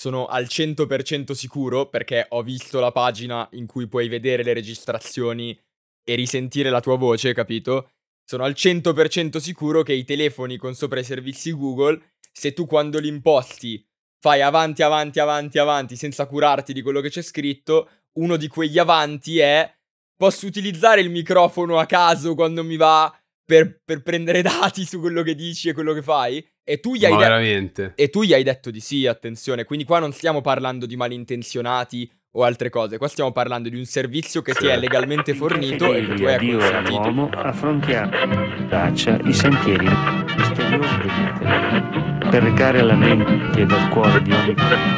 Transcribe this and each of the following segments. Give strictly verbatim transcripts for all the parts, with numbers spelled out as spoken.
sono al cento per cento sicuro, perché ho visto la pagina in cui puoi vedere le registrazioni e risentire la tua voce, capito? Sono al cento per cento sicuro che i telefoni con sopra i servizi Google, se tu quando li imposti fai avanti, avanti, avanti, avanti senza curarti di quello che c'è scritto, uno di quegli avanti è: posso utilizzare il microfono a caso quando mi va per, per prendere dati su quello che dici e quello che fai? E tu gli hai Ma de- veramente? e tu gli hai detto di sì, attenzione. Quindi qua non stiamo parlando di malintenzionati o altre cose, qua stiamo parlando di un servizio che ti è legalmente fornito e che tu hai Dio e acconsentito. l'uomo affrontiamo traccia i sentieri misteriosi dell'interno per recare alla mente ed al cuore di ogni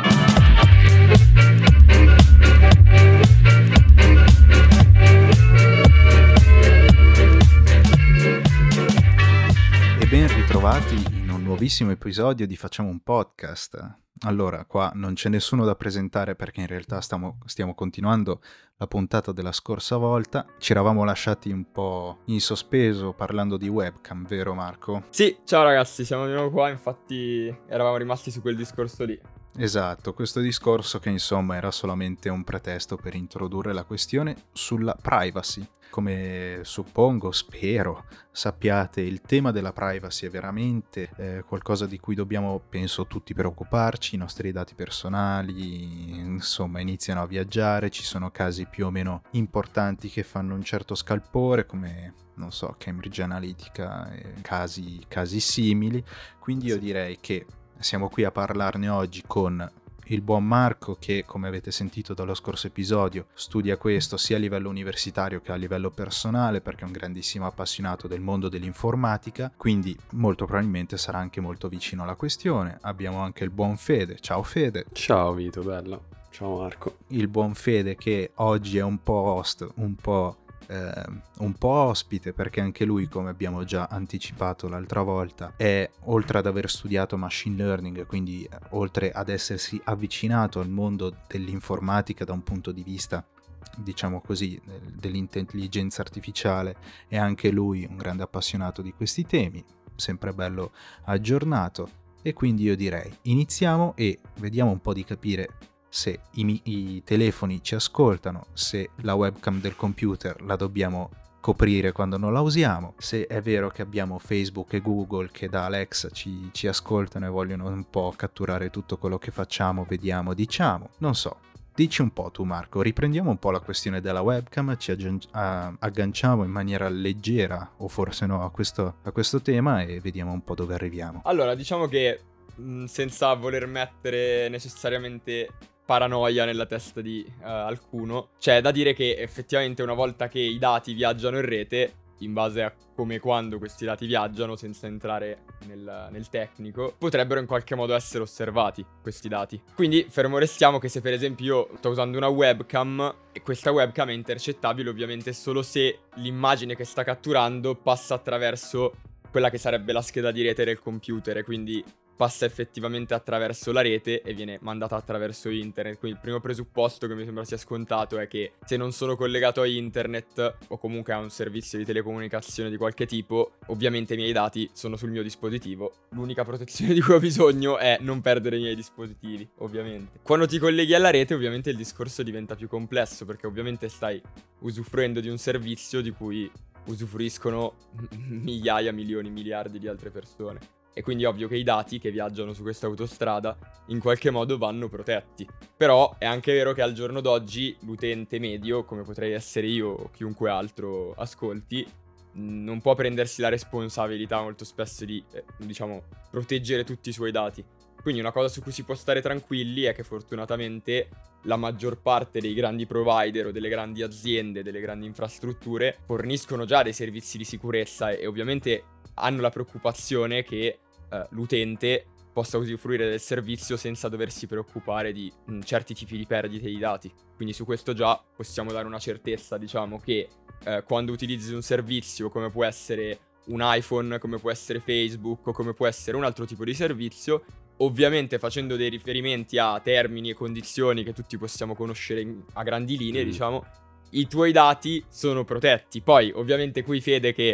E ben ritrovati in un nuovissimo episodio di Facciamo un podcast. Allora, qua non c'è nessuno da presentare perché in realtà stiamo, stiamo continuando la puntata della scorsa volta. Ci eravamo lasciati un po' in sospeso parlando di webcam, vero Marco? Sì, ciao ragazzi, siamo di nuovo qua, infatti eravamo rimasti su quel discorso lì. Esatto, questo discorso che insomma era solamente un pretesto per introdurre la questione sulla privacy. Come suppongo, spero, sappiate, il tema della privacy è veramente eh, qualcosa di cui dobbiamo, penso, tutti preoccuparci. I nostri dati personali, insomma, iniziano a viaggiare, ci sono casi più o meno importanti che fanno un certo scalpore, come, non so, Cambridge Analytica, e casi, casi simili. Quindi io direi che siamo qui a parlarne oggi con il buon Marco che, come avete sentito dallo scorso episodio, studia questo sia a livello universitario che a livello personale perché è un grandissimo appassionato del mondo dell'informatica, quindi molto probabilmente sarà anche molto vicino alla questione. Abbiamo anche il buon Fede. Ciao Fede. Ciao Vito, bello. Ciao Marco. Il buon Fede che oggi è un po' host, un po' Eh, un po' ospite perché anche lui, come abbiamo già anticipato l'altra volta, è, oltre ad aver studiato machine learning, quindi eh, oltre ad essersi avvicinato al mondo dell'informatica da un punto di vista, diciamo così, dell'intelligenza artificiale, è anche lui un grande appassionato di questi temi, sempre bello aggiornato. E quindi io direi iniziamo e vediamo un po' di capire se i, i telefoni ci ascoltano, se la webcam del computer la dobbiamo coprire quando non la usiamo, se è vero che abbiamo Facebook e Google che da Alexa ci, ci ascoltano e vogliono un po' catturare tutto quello che facciamo, vediamo, diciamo, non so. Dici un po' tu Marco, riprendiamo un po' la questione della webcam, ci aggan- a- agganciamo in maniera leggera o forse no a questo, a questo tema e vediamo un po' dove arriviamo. Allora, diciamo che mh, senza voler mettere necessariamente paranoia nella testa di uh, alcuno, c'è da dire che effettivamente una volta che i dati viaggiano in rete, in base a come e quando questi dati viaggiano, senza entrare nel, nel tecnico, potrebbero in qualche modo essere osservati questi dati. Quindi fermo restiamo che se per esempio io sto usando una webcam e questa webcam è intercettabile ovviamente solo se l'immagine che sta catturando passa attraverso quella che sarebbe la scheda di rete del computer, e quindi passa effettivamente attraverso la rete e viene mandata attraverso internet. Quindi il primo presupposto che mi sembra sia scontato è che se non sono collegato a internet o comunque a un servizio di telecomunicazione di qualche tipo, ovviamente i miei dati sono sul mio dispositivo. L'unica protezione di cui ho bisogno è non perdere i miei dispositivi, ovviamente. Quando ti colleghi alla rete ovviamente il discorso diventa più complesso, perché ovviamente stai usufruendo di un servizio di cui usufruiscono migliaia, milioni, miliardi di altre persone. E quindi è ovvio che i dati che viaggiano su questa autostrada in qualche modo vanno protetti. Però è anche vero che al giorno d'oggi l'utente medio, come potrei essere io o chiunque altro ascolti, non può prendersi la responsabilità molto spesso di, eh, diciamo, proteggere tutti i suoi dati. Quindi una cosa su cui si può stare tranquilli è che fortunatamente la maggior parte dei grandi provider o delle grandi aziende, delle grandi infrastrutture forniscono già dei servizi di sicurezza e, e ovviamente hanno la preoccupazione che uh, l'utente possa usufruire del servizio senza doversi preoccupare di mh, certi tipi di perdite di dati. Quindi su questo già possiamo dare una certezza, diciamo, che uh, quando utilizzi un servizio come può essere un iPhone, come può essere Facebook o come può essere un altro tipo di servizio, ovviamente facendo dei riferimenti a termini e condizioni che tutti possiamo conoscere in, a grandi linee, mm. diciamo, i tuoi dati sono protetti. Poi ovviamente qui Fede che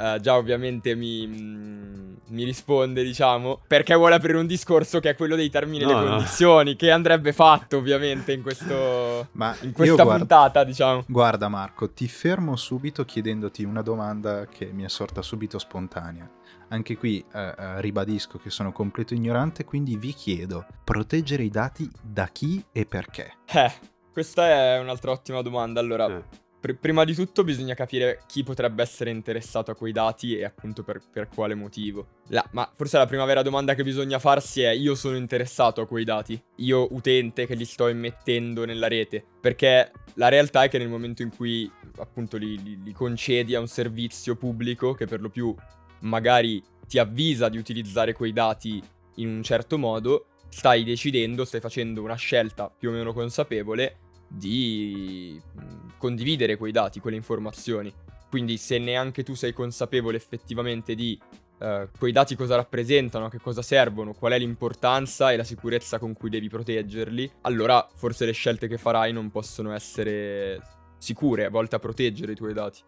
uh, già ovviamente mi, mm, mi risponde, diciamo, perché vuole aprire un discorso che è quello dei termini e No, le no. condizioni, che andrebbe fatto ovviamente in, questo, Ma in io questa guarda- puntata, diciamo. Guarda Marco, ti fermo subito chiedendoti una domanda che mi è sorta subito spontanea. Anche qui eh, eh, ribadisco che sono completo ignorante, quindi vi chiedo: proteggere i dati da chi e perché? Eh, questa è un'altra ottima domanda. Allora, Eh. pr- prima di tutto bisogna capire chi potrebbe essere interessato a quei dati e appunto per, per quale motivo. La- ma forse la prima vera domanda che bisogna farsi è: io sono interessato a quei dati? Io utente che li sto immettendo nella rete? Perché la realtà è che nel momento in cui appunto li, li- li concedi a un servizio pubblico che per lo più magari ti avvisa di utilizzare quei dati in un certo modo, stai decidendo, stai facendo una scelta più o meno consapevole di mh, condividere quei dati, quelle informazioni. Quindi se neanche tu sei consapevole effettivamente di eh, quei dati cosa rappresentano, a che cosa servono, qual è l'importanza e la sicurezza con cui devi proteggerli, allora forse le scelte che farai non possono essere sicure, volte a proteggere i tuoi dati.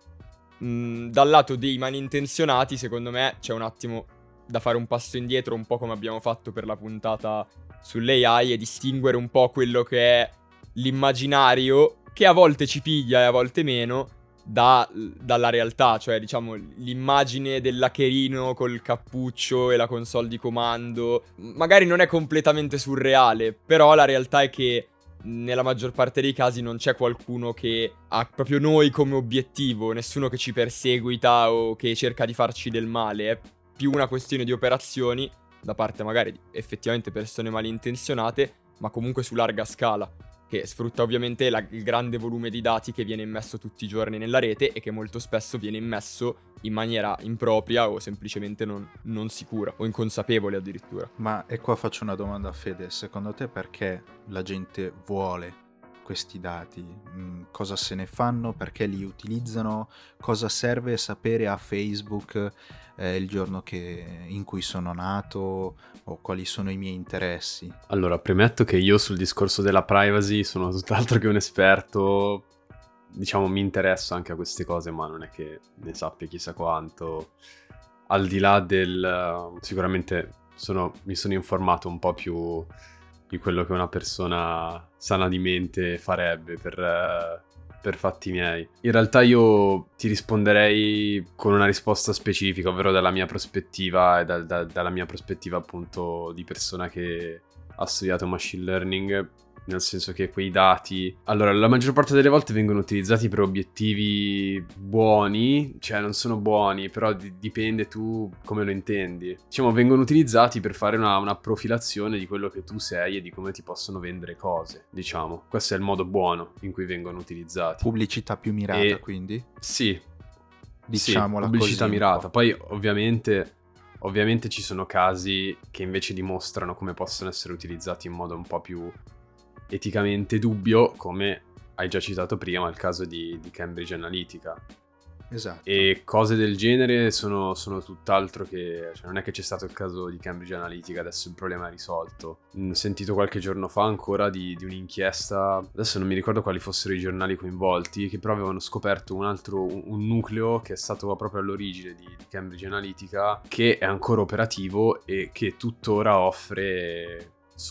Mm, dal lato dei malintenzionati, secondo me c'è un attimo da fare un passo indietro, un po' come abbiamo fatto per la puntata sull'A I, e distinguere un po' quello che è l'immaginario, che a volte ci piglia e a volte meno, da- dalla realtà. Cioè, diciamo, l'immagine dell'hackerino col cappuccio e la console di comando magari non è completamente surreale, però la realtà è che nella maggior parte dei casi non c'è qualcuno che ha proprio noi come obiettivo, nessuno che ci perseguita o che cerca di farci del male. È più una questione di operazioni da parte magari di effettivamente persone malintenzionate, ma comunque su larga scala, che sfrutta ovviamente la- il grande volume di dati che viene immesso tutti i giorni nella rete e che molto spesso viene immesso in maniera impropria o semplicemente non, non sicura o inconsapevole addirittura. Ma e qua faccio una domanda a Fede: secondo te perché la gente vuole questi dati? Mm, cosa se ne fanno? Perché li utilizzano? Cosa serve sapere a Facebook eh, il giorno che- in cui sono nato, o quali sono i miei interessi? Allora, premetto che io sul discorso della privacy sono tutt'altro che un esperto. Diciamo, mi interesso anche a queste cose, ma non è che ne sappia chissà quanto. Al di là del... sicuramente sono, mi sono informato un po' più di quello che una persona sana di mente farebbe per, eh, per fatti miei. In realtà io ti risponderei con una risposta specifica, ovvero dalla mia prospettiva e da- da- dalla mia prospettiva appunto di persona che ha studiato machine learning, nel senso che quei dati, allora, la maggior parte delle volte vengono utilizzati per obiettivi buoni, cioè non sono buoni, però di- dipende tu come lo intendi. Diciamo, vengono utilizzati per fare una, una profilazione di quello che tu sei e di come ti possono vendere cose, diciamo. Questo è il modo buono in cui vengono utilizzati. Pubblicità più mirata, E- quindi? Sì, Diciamola sì, pubblicità così un mirata. po'. Poi ovviamente, ovviamente ci sono casi che invece dimostrano come possono essere utilizzati in modo un po' più eticamente dubbio, come hai già citato prima il caso di, di Cambridge Analytica. Esatto. E cose del genere sono, sono tutt'altro che... cioè non è che c'è stato il caso di Cambridge Analytica, adesso il problema è risolto. Mm, Ho sentito qualche giorno fa ancora di, di un'inchiesta, adesso non mi ricordo quali fossero i giornali coinvolti, che però avevano scoperto un altro, un, un nucleo che è stato proprio all'origine di, di Cambridge Analytica, che è ancora operativo e che tuttora offre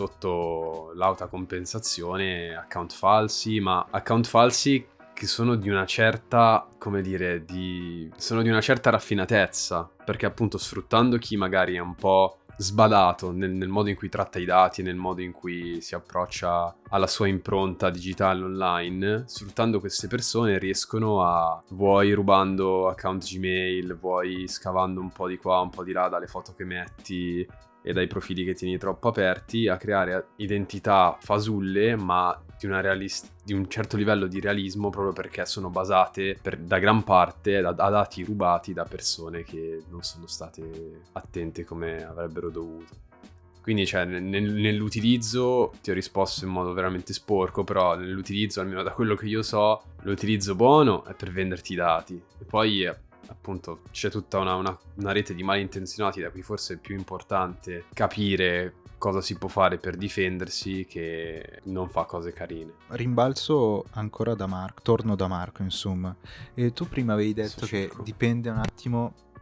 sotto l'auta compensazione account falsi, ma account falsi che sono di una certa, come dire, di sono di una certa raffinatezza, perché appunto sfruttando chi magari è un po' sbadato nel, nel modo in cui tratta i dati, nel modo in cui si approccia alla sua impronta digitale online, sfruttando queste persone riescono a, vuoi rubando account Gmail, vuoi scavando un po' di qua, un po' di là dalle foto che metti e dai profili che tieni troppo aperti, a creare identità fasulle, ma di, una realist- di un certo livello di realismo, proprio perché sono basate per, da gran parte da, da dati rubati da persone che non sono state attente come avrebbero dovuto. Quindi, cioè, nel- nell'utilizzo ti ho risposto in modo veramente sporco, però nell'utilizzo, almeno da quello che io so, l'utilizzo buono è per venderti i dati. E poi eh, appunto c'è tutta una, una, una rete di malintenzionati, da cui forse è più importante capire cosa si può fare per difendersi che non fa cose carine. Rimbalzo ancora da Marco, torno da Marco insomma. E tu prima avevi detto Adesso che cerco. dipende un attimo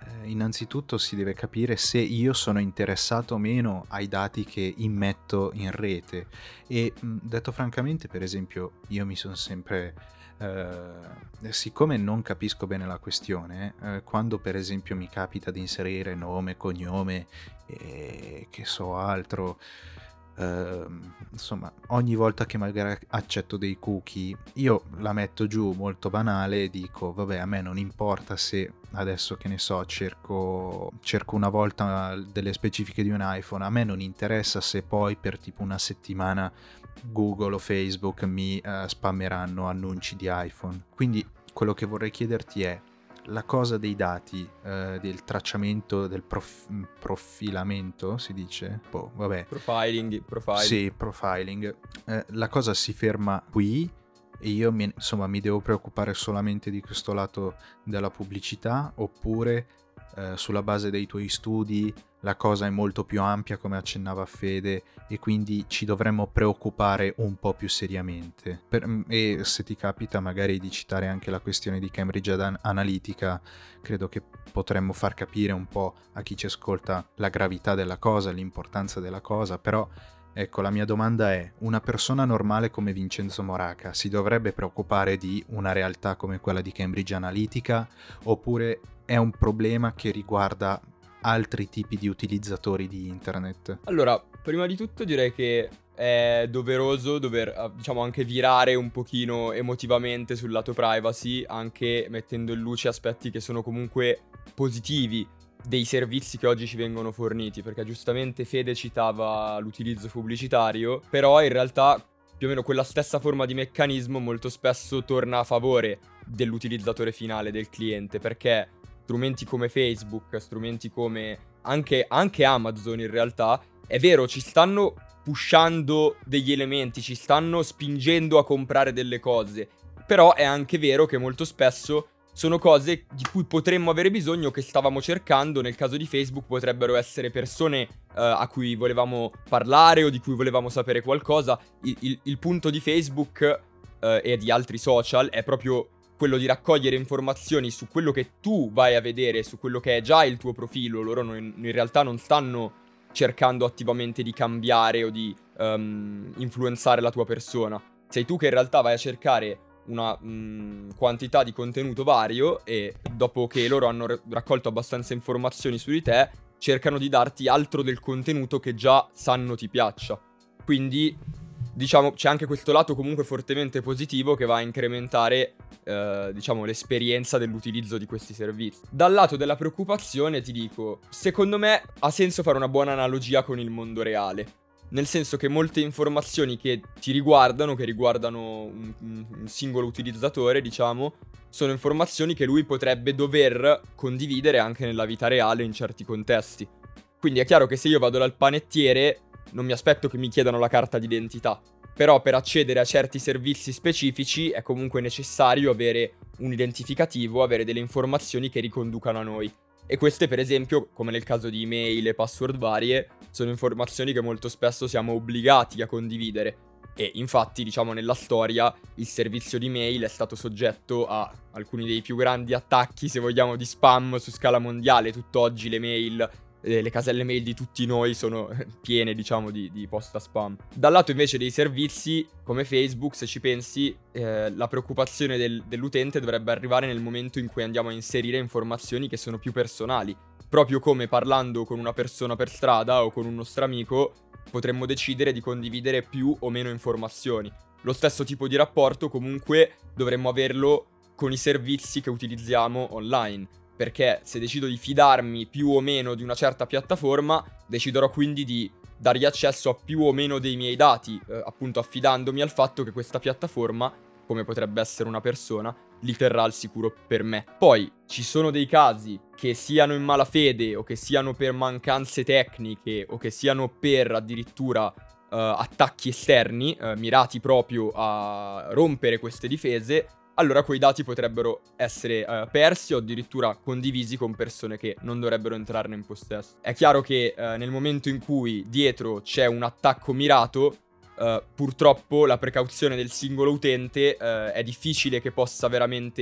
Eh, innanzitutto si deve capire se io sono interessato o meno ai dati che immetto in rete e mh, detto francamente, per esempio, io mi sono sempre eh, siccome non capisco bene la questione, eh, quando per esempio mi capita di inserire nome, cognome e che so altro, ehm, insomma, ogni volta che magari accetto dei cookie, io la metto giù molto banale e dico, vabbè, a me non importa se adesso, che ne so, cerco, cerco una volta delle specifiche di un iPhone, a me non interessa se poi per tipo una settimana Google o Facebook mi eh, spammeranno annunci di iPhone. Quindi quello che vorrei chiederti è la cosa dei dati, eh, del tracciamento, del prof- profilamento, si dice? Boh, vabbè. Profiling, profiling. Sì, profiling. Eh, la cosa si ferma qui e io mi, insomma mi devo preoccupare solamente di questo lato della pubblicità, oppure eh, sulla base dei tuoi studi la cosa è molto più ampia, come accennava Fede, e quindi ci dovremmo preoccupare un po' più seriamente. Per, e se ti capita magari di citare anche la questione di Cambridge Analytica, credo che potremmo far capire un po' a chi ci ascolta la gravità della cosa, l'importanza della cosa. Però ecco, la mia domanda è: una persona normale come Vincenzo Moraca si dovrebbe preoccupare di una realtà come quella di Cambridge Analytica, oppure è un problema che riguarda altri tipi di utilizzatori di internet? Allora, prima di tutto direi che è doveroso dover, diciamo, anche virare un pochino emotivamente sul lato privacy, anche mettendo in luce aspetti che sono comunque positivi dei servizi che oggi ci vengono forniti, perché giustamente Fede citava l'utilizzo pubblicitario, però in realtà più o meno quella stessa forma di meccanismo molto spesso torna a favore dell'utilizzatore finale, del cliente, perché strumenti come Facebook, strumenti come anche, anche Amazon in realtà, è vero, ci stanno pushando degli elementi, ci stanno spingendo a comprare delle cose, però è anche vero che molto spesso sono cose di cui potremmo avere bisogno, che stavamo cercando. Nel caso di Facebook potrebbero essere persone eh, a cui volevamo parlare o di cui volevamo sapere qualcosa. Il, il, il punto di Facebook eh, e di altri social è proprio quello di raccogliere informazioni su quello che tu vai a vedere, su quello che è già il tuo profilo. Loro non, in realtà non stanno cercando attivamente di cambiare o di um, influenzare la tua persona. Sei tu che in realtà vai a cercare una mh, quantità di contenuto vario e dopo che loro hanno r- raccolto abbastanza informazioni su di te, cercano di darti altro del contenuto che già sanno ti piaccia. Quindi, diciamo, c'è anche questo lato comunque fortemente positivo che va a incrementare, eh, diciamo, l'esperienza dell'utilizzo di questi servizi. Dal lato della preoccupazione ti dico, secondo me ha senso fare una buona analogia con il mondo reale. Nel senso che molte informazioni che ti riguardano, che riguardano un, un singolo utilizzatore, diciamo, sono informazioni che lui potrebbe dover condividere anche nella vita reale in certi contesti. Quindi è chiaro che se io vado dal panettiere non mi aspetto che mi chiedano la carta d'identità, però per accedere a certi servizi specifici è comunque necessario avere un identificativo, avere delle informazioni che riconducano a noi. E queste, per esempio, come nel caso di email e password varie, sono informazioni che molto spesso siamo obbligati a condividere. E infatti, diciamo, nella storia il servizio di mail è stato soggetto a alcuni dei più grandi attacchi, se vogliamo, di spam su scala mondiale. Tutt'oggi le mail, eh, le caselle mail di tutti noi sono piene, diciamo, di, di posta spam. Dal lato invece dei servizi come Facebook, se ci pensi, eh, la preoccupazione del, dell'utente dovrebbe arrivare nel momento in cui andiamo a inserire informazioni che sono più personali. Proprio come parlando con una persona per strada o con un nostro amico potremmo decidere di condividere più o meno informazioni. Lo stesso tipo di rapporto comunque dovremmo averlo con i servizi che utilizziamo online, perché se decido di fidarmi più o meno di una certa piattaforma, deciderò quindi di dargli accesso a più o meno dei miei dati, eh, appunto affidandomi al fatto che questa piattaforma, come potrebbe essere una persona, li terrà al sicuro per me. Poi ci sono dei casi che siano in malafede o che siano per mancanze tecniche o che siano per addirittura uh, attacchi esterni uh, mirati proprio a rompere queste difese. Allora quei dati potrebbero essere uh, persi o addirittura condivisi con persone che non dovrebbero entrarne in possesso. È chiaro che uh, nel momento in cui dietro c'è un attacco mirato, Uh, purtroppo la precauzione del singolo utente uh, è difficile che possa veramente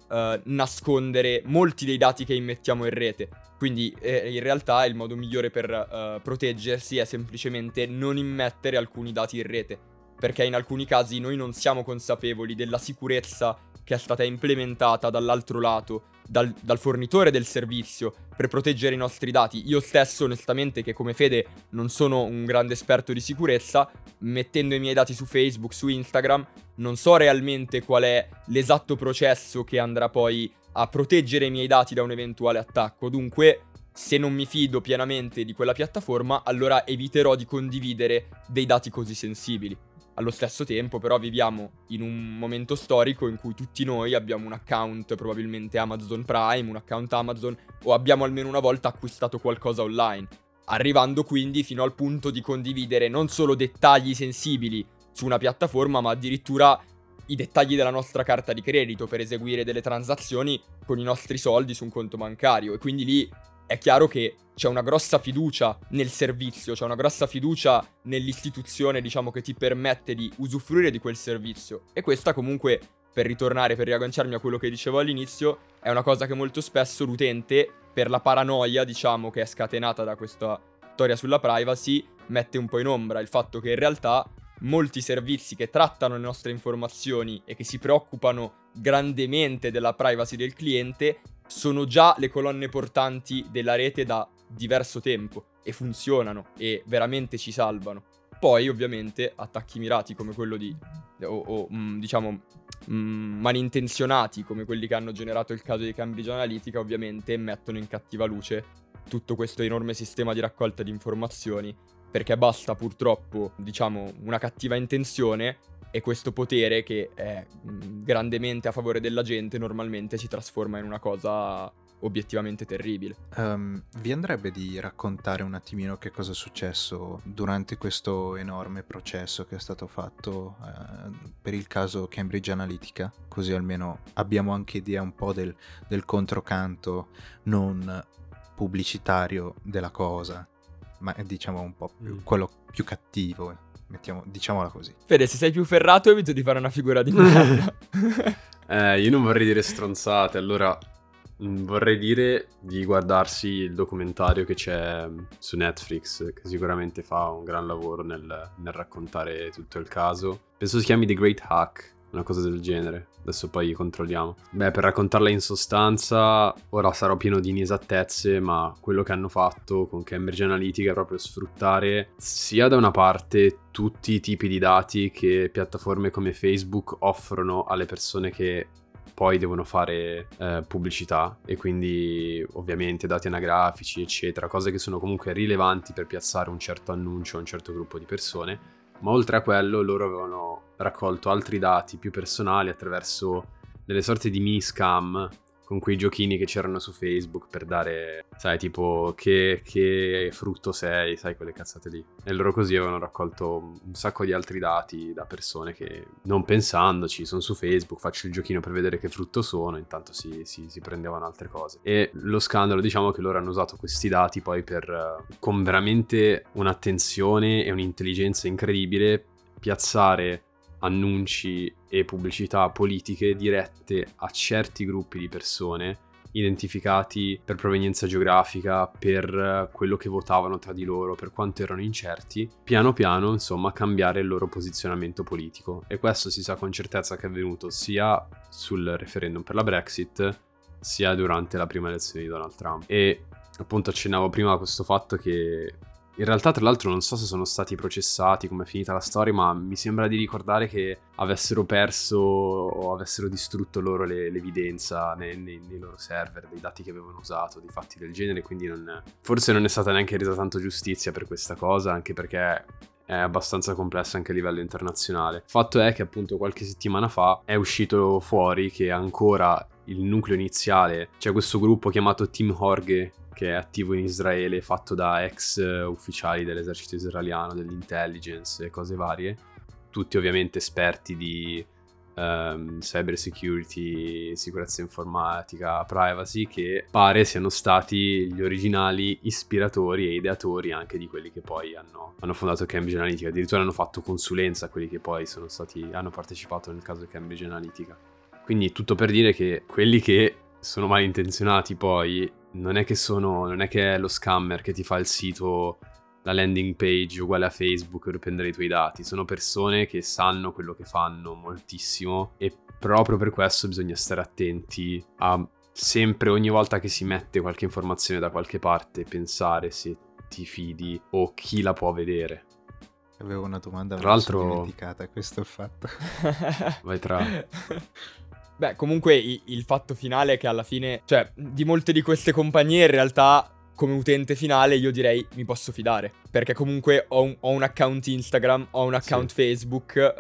uh, nascondere molti dei dati che immettiamo in rete. Quindi eh, in realtà il modo migliore per uh, proteggersi è semplicemente non immettere alcuni dati in rete, perché in alcuni casi noi non siamo consapevoli della sicurezza che è stata implementata dall'altro lato, dal, dal fornitore del servizio, per proteggere i nostri dati. Io stesso, onestamente, che come Fede non sono un grande esperto di sicurezza, mettendo i miei dati su Facebook, su Instagram, non so realmente qual è l'esatto processo che andrà poi a proteggere i miei dati da un eventuale attacco. Dunque, se non mi fido pienamente di quella piattaforma, allora eviterò di condividere dei dati così sensibili. Allo stesso tempo, però, viviamo in un momento storico in cui tutti noi abbiamo un account, probabilmente Amazon Prime, un account Amazon, o abbiamo almeno una volta acquistato qualcosa online, arrivando quindi fino al punto di condividere non solo dettagli sensibili su una piattaforma, ma addirittura i dettagli della nostra carta di credito per eseguire delle transazioni con i nostri soldi su un conto bancario. E quindi lì è chiaro che c'è una grossa fiducia nel servizio, c'è una grossa fiducia nell'istituzione, diciamo, che ti permette di usufruire di quel servizio. E questa comunque, per ritornare, per riagganciarmi a quello che dicevo all'inizio, è una cosa che molto spesso l'utente, per la paranoia, diciamo, che è scatenata da questa storia sulla privacy, mette un po' in ombra il fatto che in realtà molti servizi che trattano le nostre informazioni e che si preoccupano grandemente della privacy del cliente sono già le colonne portanti della rete da diverso tempo e funzionano e veramente ci salvano. Poi ovviamente attacchi mirati come quello di o, o mh, diciamo mh, malintenzionati come quelli che hanno generato il caso di Cambridge Analytica ovviamente mettono in cattiva luce tutto questo enorme sistema di raccolta di informazioni, perché basta purtroppo, diciamo, una cattiva intenzione e questo potere che è mh, grandemente a favore della gente normalmente si trasforma in una cosa obiettivamente terribile. Um, vi andrebbe di raccontare un attimino che cosa è successo durante questo enorme processo che è stato fatto uh, per il caso Cambridge Analytica? Così almeno abbiamo anche idea un po' del, del controcanto non pubblicitario della cosa, ma diciamo un po' più, quello più cattivo, mettiamo, diciamola così. Fede, se sei più ferrato evito di fare una figura di merda. eh, io non vorrei dire stronzate, allora mh, vorrei dire di guardarsi il documentario che c'è su Netflix, che sicuramente fa un gran lavoro nel, nel raccontare tutto il caso. Penso si chiami The Great Hack, una cosa del genere. Adesso poi controlliamo. Beh, per raccontarla in sostanza, ora sarò pieno di inesattezze, ma quello che hanno fatto con Cambridge Analytica è proprio sfruttare sia da una parte tutti i tipi di dati che piattaforme come Facebook offrono alle persone che poi devono fare eh, pubblicità, e quindi ovviamente dati anagrafici eccetera, cose che sono comunque rilevanti per piazzare un certo annuncio a un certo gruppo di persone. Ma oltre a quello loro avevano raccolto altri dati più personali attraverso delle sorte di mini scam con quei giochini che c'erano su Facebook per dare, sai, tipo che, che frutto sei, sai, quelle cazzate lì. E loro così avevano raccolto un sacco di altri dati da persone che, non pensandoci, sono su Facebook, faccio il giochino per vedere che frutto sono, intanto si, si, si prendevano altre cose. E lo scandalo, diciamo, che loro hanno usato questi dati poi per, con veramente un'attenzione e un'intelligenza incredibile, piazzare annunci e pubblicità politiche dirette a certi gruppi di persone identificati per provenienza geografica, per quello che votavano tra di loro, per quanto erano incerti, piano piano insomma cambiare il loro posizionamento politico. E questo si sa con certezza che è avvenuto sia sul referendum per la Brexit sia durante la prima elezione di Donald Trump. E appunto accennavo prima a questo fatto che in realtà, tra l'altro, non so se sono stati processati, come è finita la storia, ma mi sembra di ricordare che avessero perso o avessero distrutto loro le, l'evidenza nei, nei, nei loro server, dei dati che avevano usato, dei fatti del genere, quindi non, forse non è stata neanche resa tanto giustizia per questa cosa, anche perché è abbastanza complessa anche a livello internazionale. Fatto è che appunto qualche settimana fa è uscito fuori che ancora il nucleo iniziale, c'è questo gruppo chiamato Team Jorge, che è attivo in Israele, fatto da ex ufficiali dell'esercito israeliano, dell'intelligence e cose varie, tutti ovviamente esperti di um, cyber security, sicurezza informatica, privacy, che pare siano stati gli originali ispiratori e ideatori anche di quelli che poi hanno, hanno fondato Cambridge Analytica. Addirittura hanno fatto consulenza a quelli che poi sono stati, hanno partecipato nel caso di Cambridge Analytica. Quindi tutto per dire che quelli che sono malintenzionati poi non è che sono, non è che è lo scammer che ti fa il sito, la landing page uguale a Facebook per prendere i tuoi dati. Sono persone che sanno quello che fanno moltissimo e proprio per questo bisogna stare attenti a sempre, ogni volta che si mette qualche informazione da qualche parte, pensare se ti fidi o chi la può vedere. Avevo una domanda, Tra ma mi sono l'altro- dimenticata, questo è il fatto. Vai tra... Beh, comunque i- il fatto finale è che alla fine, cioè, di molte di queste compagnie in realtà, come utente finale, io direi mi posso fidare. Perché comunque ho un, ho un account Instagram, ho un account Sì. Facebook, eh,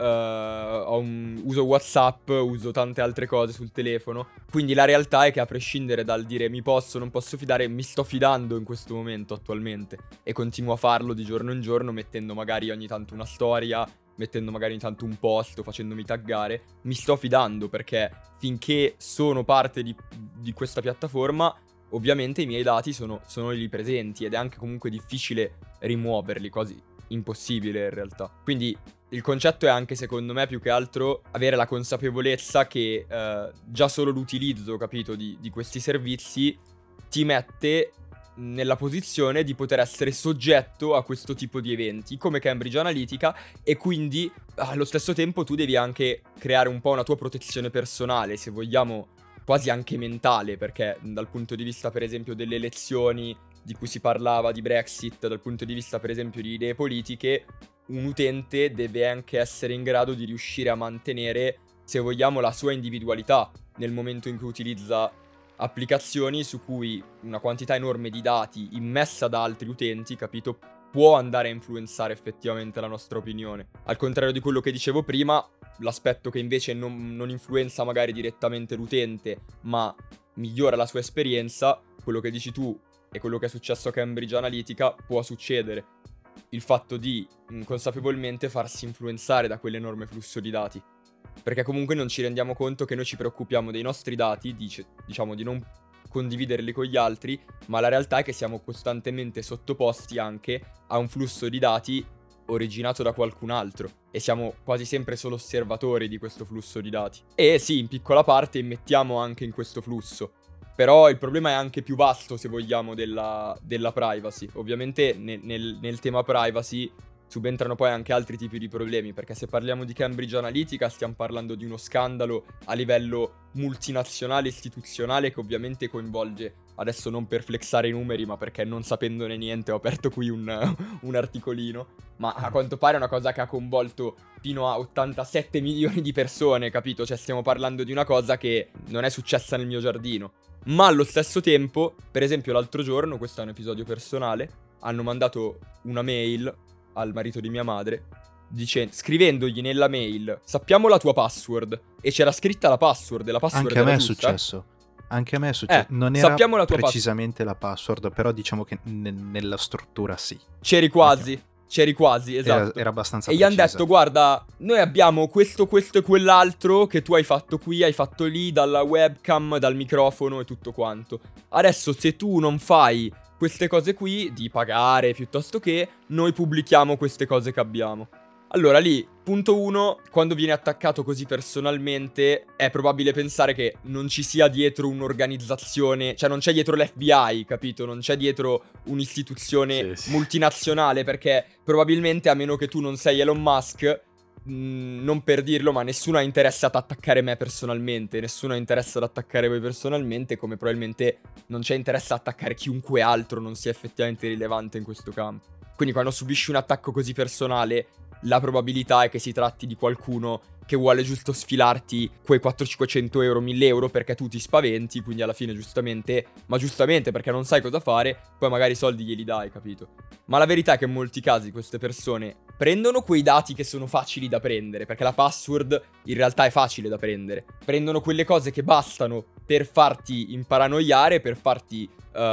ho un- uso WhatsApp, uso tante altre cose sul telefono. Quindi la realtà è che a prescindere dal dire mi posso o non posso fidare, mi sto fidando in questo momento attualmente. E continuo a farlo di giorno in giorno, mettendo magari ogni tanto una storia, mettendo magari ogni tanto un post o facendomi taggare. Mi sto fidando perché finché sono parte di, di questa piattaforma, ovviamente i miei dati sono, sono lì presenti ed è anche comunque difficile rimuoverli, quasi impossibile in realtà. Quindi il concetto è anche, secondo me, più che altro avere la consapevolezza che eh, già solo l'utilizzo, capito, di, di questi servizi ti mette nella posizione di poter essere soggetto a questo tipo di eventi come Cambridge Analytica, e quindi allo stesso tempo tu devi anche creare un po' una tua protezione personale, se vogliamo quasi anche mentale, perché dal punto di vista per esempio delle elezioni di cui si parlava, di Brexit, dal punto di vista per esempio di idee politiche, un utente deve anche essere in grado di riuscire a mantenere, se vogliamo, la sua individualità nel momento in cui utilizza applicazioni su cui una quantità enorme di dati immessa da altri utenti, capito, può andare a influenzare effettivamente la nostra opinione. Al contrario di quello che dicevo prima, l'aspetto che invece non, non influenza magari direttamente l'utente, ma migliora la sua esperienza, quello che dici tu e quello che è successo a Cambridge Analytica, può succedere. Il fatto di mh, consapevolmente farsi influenzare da quell'enorme flusso di dati. Perché comunque non ci rendiamo conto che noi ci preoccupiamo dei nostri dati, dice, diciamo di non condividerli con gli altri, ma la realtà è che siamo costantemente sottoposti anche a un flusso di dati originato da qualcun altro e siamo quasi sempre solo osservatori di questo flusso di dati. E sì, in piccola parte immettiamo anche in questo flusso, però il problema è anche più vasto, se vogliamo, della, della privacy. Ovviamente nel, nel, nel tema privacy subentrano poi anche altri tipi di problemi, perché se parliamo di Cambridge Analytica stiamo parlando di uno scandalo a livello multinazionale, istituzionale, che ovviamente coinvolge, adesso non per flexare i numeri, ma perché non sapendone niente ho aperto qui un, un articolino, ma a quanto pare è una cosa che ha coinvolto fino a ottantasette milioni di persone, capito? Cioè stiamo parlando di una cosa che non è successa nel mio giardino. Ma allo stesso tempo, per esempio l'altro giorno, questo è un episodio personale, hanno mandato una mail al marito di mia madre, dice, scrivendogli nella mail sappiamo la tua password, e c'era scritta la password, e la password Anche a era me è giusta. successo. Anche a me è successo. Eh, non era sappiamo la tua precisamente la password, però diciamo che ne- nella struttura sì. C'eri quasi, c'eri quasi, esatto. Era, era abbastanza E gli hanno precisa. detto, guarda, noi abbiamo questo, questo e quell'altro che tu hai fatto qui, hai fatto lì, dalla webcam, dal microfono e tutto quanto. Adesso se tu non fai queste cose qui, di pagare piuttosto che, noi pubblichiamo queste cose che abbiamo. Allora lì, punto uno, quando viene attaccato così personalmente, è probabile pensare che non ci sia dietro un'organizzazione, cioè non c'è dietro l'F B I, capito? Non c'è dietro un'istituzione Sì, sì. multinazionale, perché probabilmente, a meno che tu non sei Elon Musk, mh, non per dirlo, ma nessuno ha interesse ad attaccare me personalmente, nessuno ha interesse ad attaccare voi personalmente, come probabilmente non c'è interesse ad attaccare chiunque altro non sia effettivamente rilevante in questo campo. Quindi quando subisci un attacco così personale, la probabilità è che si tratti di qualcuno che vuole giusto sfilarti quei quattrocento cinquecento euro, mille euro perché tu ti spaventi, quindi alla fine giustamente, ma giustamente perché non sai cosa fare, poi magari i soldi glieli dai, capito? Ma la verità è che in molti casi queste persone prendono quei dati che sono facili da prendere, perché la password in realtà è facile da prendere. Prendono quelle cose che bastano per farti imparanoiare, per farti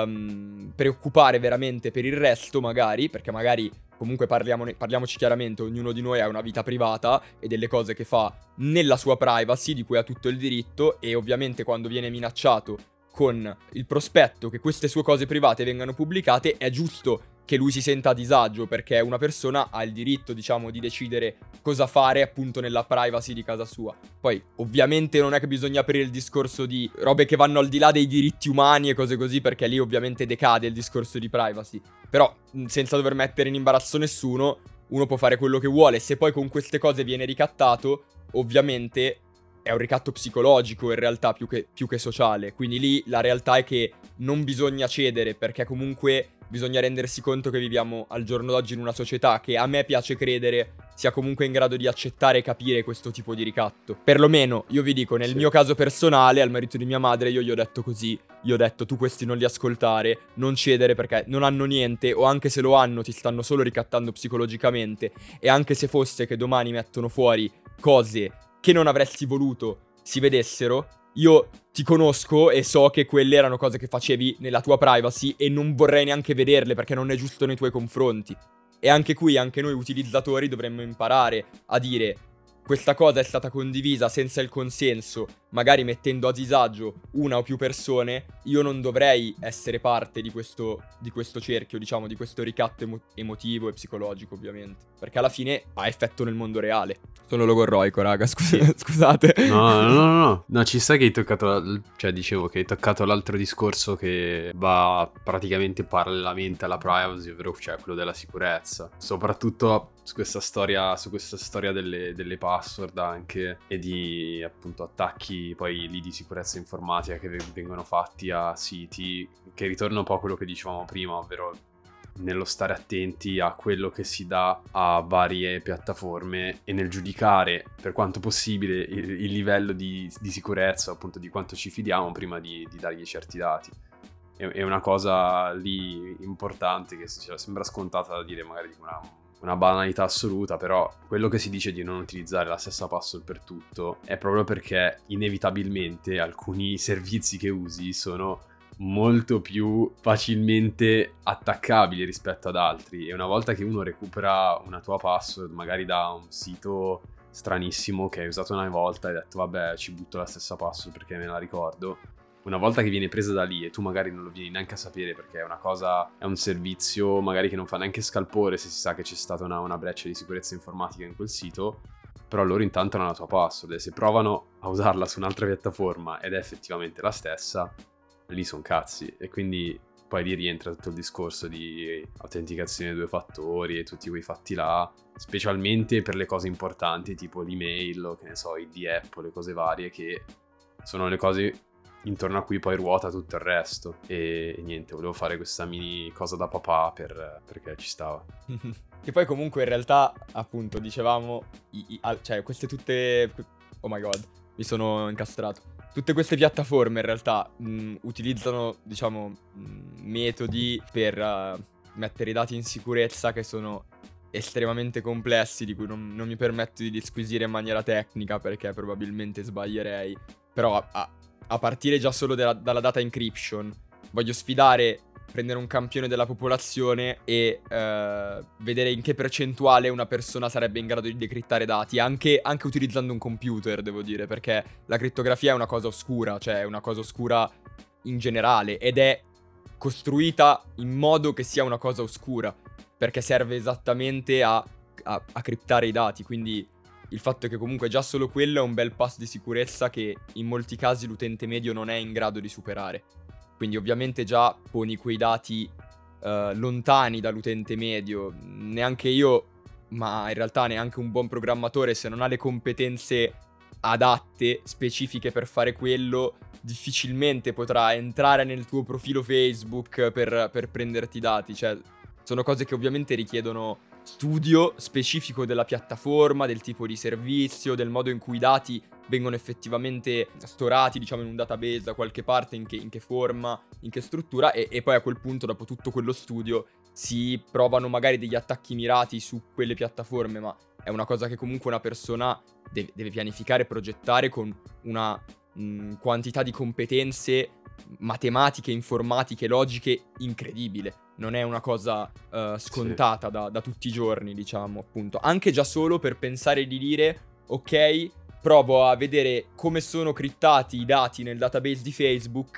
um, preoccupare veramente per il resto magari, perché magari comunque parliamo, parliamoci chiaramente, ognuno di noi ha una vita privata e delle cose che fa nella sua privacy, di cui ha tutto il diritto, e ovviamente quando viene minacciato con il prospetto che queste sue cose private vengano pubblicate, è giusto che che lui si senta a disagio, perché una persona ha il diritto, diciamo, di decidere cosa fare appunto nella privacy di casa sua. Poi ovviamente non è che bisogna aprire il discorso di robe che vanno al di là dei diritti umani e cose così, perché lì ovviamente decade il discorso di privacy. Però senza dover mettere in imbarazzo nessuno, uno può fare quello che vuole. Se poi con queste cose viene ricattato, ovviamente è un ricatto psicologico in realtà più che, più che sociale. Quindi lì la realtà è che non bisogna cedere, perché comunque bisogna rendersi conto che viviamo al giorno d'oggi in una società che a me piace credere sia comunque in grado di accettare e capire questo tipo di ricatto. Perlomeno, io vi dico, nel Sì. mio caso personale, al marito di mia madre, io gli ho detto così. Gli ho detto, tu questi non li ascoltare, non cedere perché non hanno niente, o anche se lo hanno ti stanno solo ricattando psicologicamente. E anche se fosse che domani mettono fuori cose che non avresti voluto si vedessero, io ti conosco e so che quelle erano cose che facevi nella tua privacy e non vorrei neanche vederle perché non è giusto nei tuoi confronti. E anche qui, anche noi utilizzatori dovremmo imparare a dire: questa cosa è stata condivisa senza il consenso, magari mettendo a disagio una o più persone, io non dovrei essere parte di questo, di questo cerchio, diciamo, di questo ricatto emo- emotivo e psicologico, ovviamente. Perché alla fine ha effetto nel mondo reale. Sono logorroico, raga, scus- scusate. No, no, no, no, no, ci sta che hai toccato, l- cioè dicevo che hai toccato l'altro discorso che va praticamente parallelamente alla privacy, ovvero cioè quello della sicurezza. Soprattutto su questa storia, su questa storia delle, delle password anche, e di appunto attacchi poi lì di sicurezza informatica che v- vengono fatti a siti, che ritorna un po' a quello che dicevamo prima, ovvero nello stare attenti a quello che si dà a varie piattaforme e nel giudicare per quanto possibile il, il livello di, di sicurezza, appunto di quanto ci fidiamo prima di, di dargli certi dati. È, è una cosa lì importante che cioè, sembra scontata da dire, magari una, una banalità assoluta, però quello che si dice di non utilizzare la stessa password per tutto è proprio perché inevitabilmente alcuni servizi che usi sono molto più facilmente attaccabili rispetto ad altri, e una volta che uno recupera una tua password magari da un sito stranissimo che hai usato una volta e hai detto vabbè ci butto la stessa password perché me la ricordo, una volta che viene presa da lì e tu magari non lo vieni neanche a sapere perché è una cosa, è un servizio magari che non fa neanche scalpore se si sa che c'è stata una, una breccia di sicurezza informatica in quel sito, però loro intanto hanno la tua password e se provano a usarla su un'altra piattaforma ed è effettivamente la stessa, lì sono cazzi. E quindi poi lì rientra tutto il discorso di autenticazione a due fattori e tutti quei fatti là, specialmente per le cose importanti tipo l'email o che ne so, I D app o le cose varie, che sono le cose intorno a cui poi ruota tutto il resto. E, e niente, volevo fare questa mini cosa da papà per, perché ci stava. Che poi comunque in realtà, appunto, dicevamo, i, i, al- cioè queste tutte... Oh my god, mi sono incastrato. Tutte queste piattaforme in realtà mh, utilizzano, diciamo, mh, metodi per uh, mettere i dati in sicurezza che sono estremamente complessi, di cui non, non mi permetto di disquisire in maniera tecnica perché probabilmente sbaglierei. Però a, a, a partire già solo della, dalla data encryption, voglio sfidare, prendere un campione della popolazione e uh, vedere in che percentuale una persona sarebbe in grado di decrittare dati, anche, anche utilizzando un computer, devo dire, perché la crittografia è una cosa oscura, cioè è una cosa oscura in generale, ed è costruita in modo che sia una cosa oscura, perché serve esattamente a, a, a criptare i dati, quindi il fatto è che comunque già solo quello è un bel passo di sicurezza che in molti casi l'utente medio non è in grado di superare. Quindi ovviamente già poni quei dati uh, lontani dall'utente medio. Neanche io, ma in realtà neanche un buon programmatore, se non ha le competenze adatte, specifiche per fare quello, difficilmente potrà entrare nel tuo profilo Facebook per, per prenderti dati. Cioè, sono cose che ovviamente richiedono studio specifico della piattaforma, del tipo di servizio, del modo in cui i dati vengono effettivamente storati, diciamo, in un database da qualche parte, in che, in che forma, in che struttura, e, e poi a quel punto, dopo tutto quello studio, si provano magari degli attacchi mirati su quelle piattaforme, ma è una cosa che comunque una persona deve, deve pianificare e progettare con una mh, quantità di competenze matematiche, informatiche, logiche incredibile. Non è una cosa uh, scontata Sì. da, da tutti i giorni, diciamo, appunto. Anche già solo per pensare di dire, ok, provo a vedere come sono crittati i dati nel database di Facebook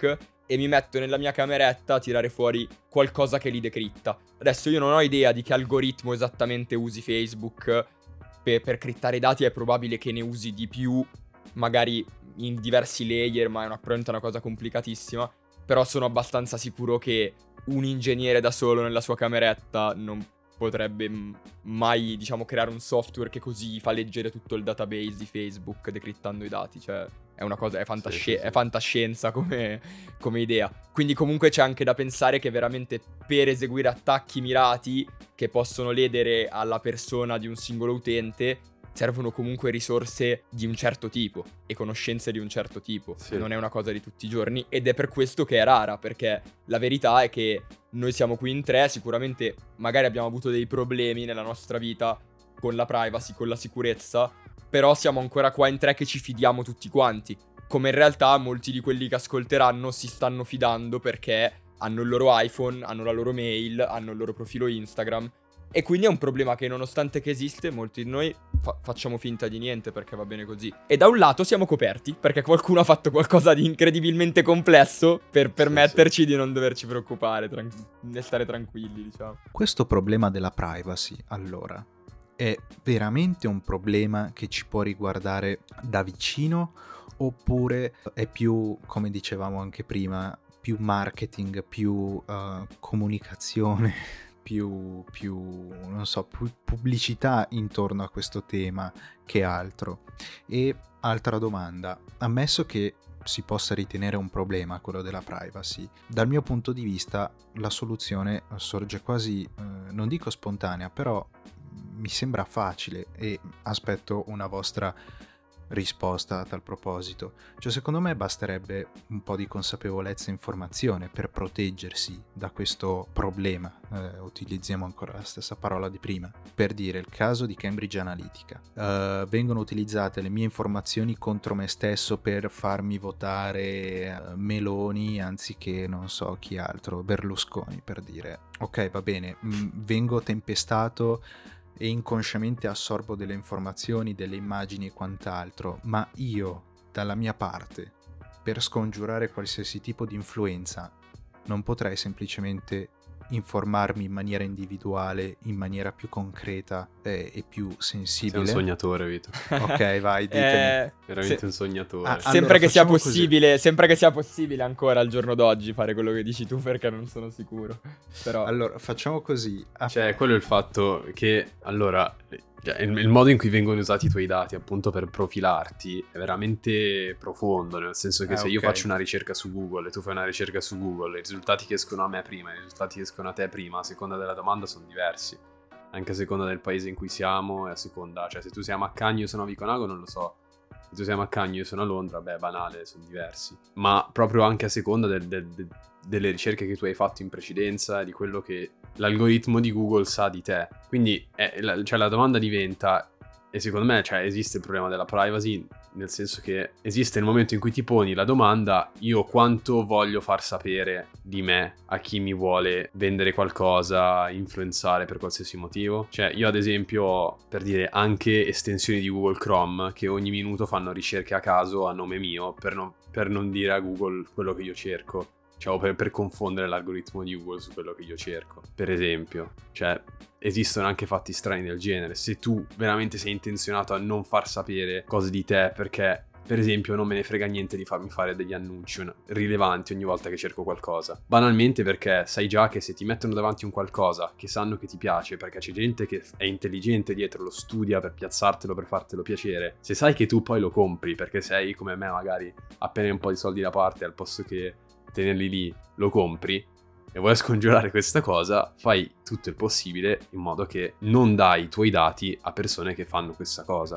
e mi metto nella mia cameretta a tirare fuori qualcosa che li decritta. Adesso io non ho idea di che algoritmo esattamente usi Facebook per, per crittare i dati, è probabile che ne usi di più, magari in diversi layer, ma è una, probabilmente una cosa complicatissima. Però sono abbastanza sicuro che un ingegnere da solo nella sua cameretta non potrebbe mai, diciamo, creare un software che così fa leggere tutto il database di Facebook decrittando i dati. Cioè, è una cosa, è, fantasci- sì, sì, sì. è fantascienza come, come idea. Quindi comunque c'è anche da pensare che veramente per eseguire attacchi mirati che possono ledere alla persona di un singolo utente servono comunque risorse di un certo tipo e conoscenze di un certo tipo. Sì. Non è una cosa di tutti i giorni, ed è per questo che è rara, perché la verità è che noi siamo qui in tre, sicuramente magari abbiamo avuto dei problemi nella nostra vita con la privacy, con la sicurezza, però siamo ancora qua in tre che ci fidiamo tutti quanti, come in realtà molti di quelli che ascolteranno si stanno fidando perché hanno il loro iPhone, hanno la loro mail, hanno il loro profilo Instagram. E quindi è un problema che, nonostante che esiste, molti di noi fa- facciamo finta di niente perché va bene così. E da un lato siamo coperti, perché qualcuno ha fatto qualcosa di incredibilmente complesso per permetterci sì, sì. di non doverci preoccupare, tran- di stare tranquilli, diciamo. Questo problema della privacy, allora, è veramente un problema che ci può riguardare da vicino, oppure è più, come dicevamo anche prima, più marketing, più uh, comunicazione, più, più, non so, più pubblicità intorno a questo tema che altro? E altra domanda, ammesso che si possa ritenere un problema quello della privacy, dal mio punto di vista la soluzione sorge quasi, eh, non dico spontanea, però mi sembra facile e aspetto una vostra risposta a tal proposito. Cioè, secondo me basterebbe un po' di consapevolezza e informazione per proteggersi da questo problema. Eh, utilizziamo ancora la stessa parola di prima. Per dire, il caso di Cambridge Analytica. Eh, vengono utilizzate le mie informazioni contro me stesso per farmi votare eh, Meloni anziché non so chi altro, Berlusconi, per dire. Ok, va bene, mh, vengo tempestato e inconsciamente assorbo delle informazioni, delle immagini e quant'altro, ma io, dalla mia parte, per scongiurare qualsiasi tipo di influenza, non potrei semplicemente informarmi in maniera individuale, in maniera più concreta e, e più sensibile. Sei un sognatore, Vito. Ok, vai, ditemi. Eh, Veramente se, un sognatore. Ah, sempre allora, che sia così. possibile, sempre che sia possibile ancora al giorno d'oggi fare quello che dici tu, perché non sono sicuro. Però allora, facciamo così. Ah. Cioè, quello è il fatto che, allora, il, il modo in cui vengono usati i tuoi dati, appunto, per profilarti è veramente profondo, nel senso che eh, se okay. io faccio una ricerca su Google e tu fai una ricerca su Google, i risultati che escono a me prima e i risultati che escono a te prima, a seconda della domanda, sono diversi. Anche a seconda del paese in cui siamo e a seconda, cioè se tu sei a Maccagno e io sono a Viconago non lo so, se tu sei a Maccagno e io sono a Londra, beh, banale, sono diversi. Ma proprio anche a seconda del, del, del, delle ricerche che tu hai fatto in precedenza e di quello che l'algoritmo di Google sa di te. Quindi è, la, cioè la domanda diventa, e secondo me cioè, esiste il problema della privacy, nel senso che esiste il momento in cui ti poni la domanda: io quanto voglio far sapere di me a chi mi vuole vendere qualcosa, influenzare per qualsiasi motivo. Cioè io ad esempio ho, per dire, anche estensioni di Google Chrome che ogni minuto fanno ricerche a caso a nome mio per non, per non dire a Google quello che io cerco. Cioè, per, per confondere l'algoritmo di Google su quello che io cerco, per esempio. Cioè, esistono anche fatti strani del genere. Se tu veramente sei intenzionato a non far sapere cose di te perché, per esempio, non me ne frega niente di farmi fare degli annunci rilevanti ogni volta che cerco qualcosa. Banalmente perché sai già che se ti mettono davanti un qualcosa che sanno che ti piace, perché c'è gente che è intelligente dietro, lo studia per piazzartelo, per fartelo piacere, se sai che tu poi lo compri perché sei come me magari appena un po' di soldi da parte al posto che tenerli lì, lo compri e vuoi scongiurare questa cosa, fai tutto il possibile in modo che non dai i tuoi dati a persone che fanno questa cosa.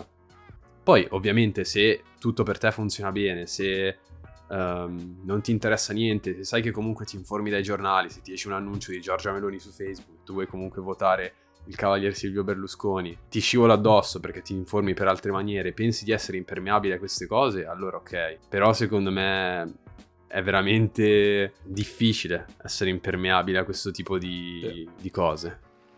Poi ovviamente se tutto per te funziona bene, se um, non ti interessa niente, se sai che comunque ti informi dai giornali, se ti esce un annuncio di Giorgia Meloni su Facebook, tu vuoi comunque votare il cavalier Silvio Berlusconi, ti scivola addosso perché ti informi per altre maniere, pensi di essere impermeabile a queste cose, allora ok. Però secondo me è veramente difficile essere impermeabile a questo tipo di, di cose.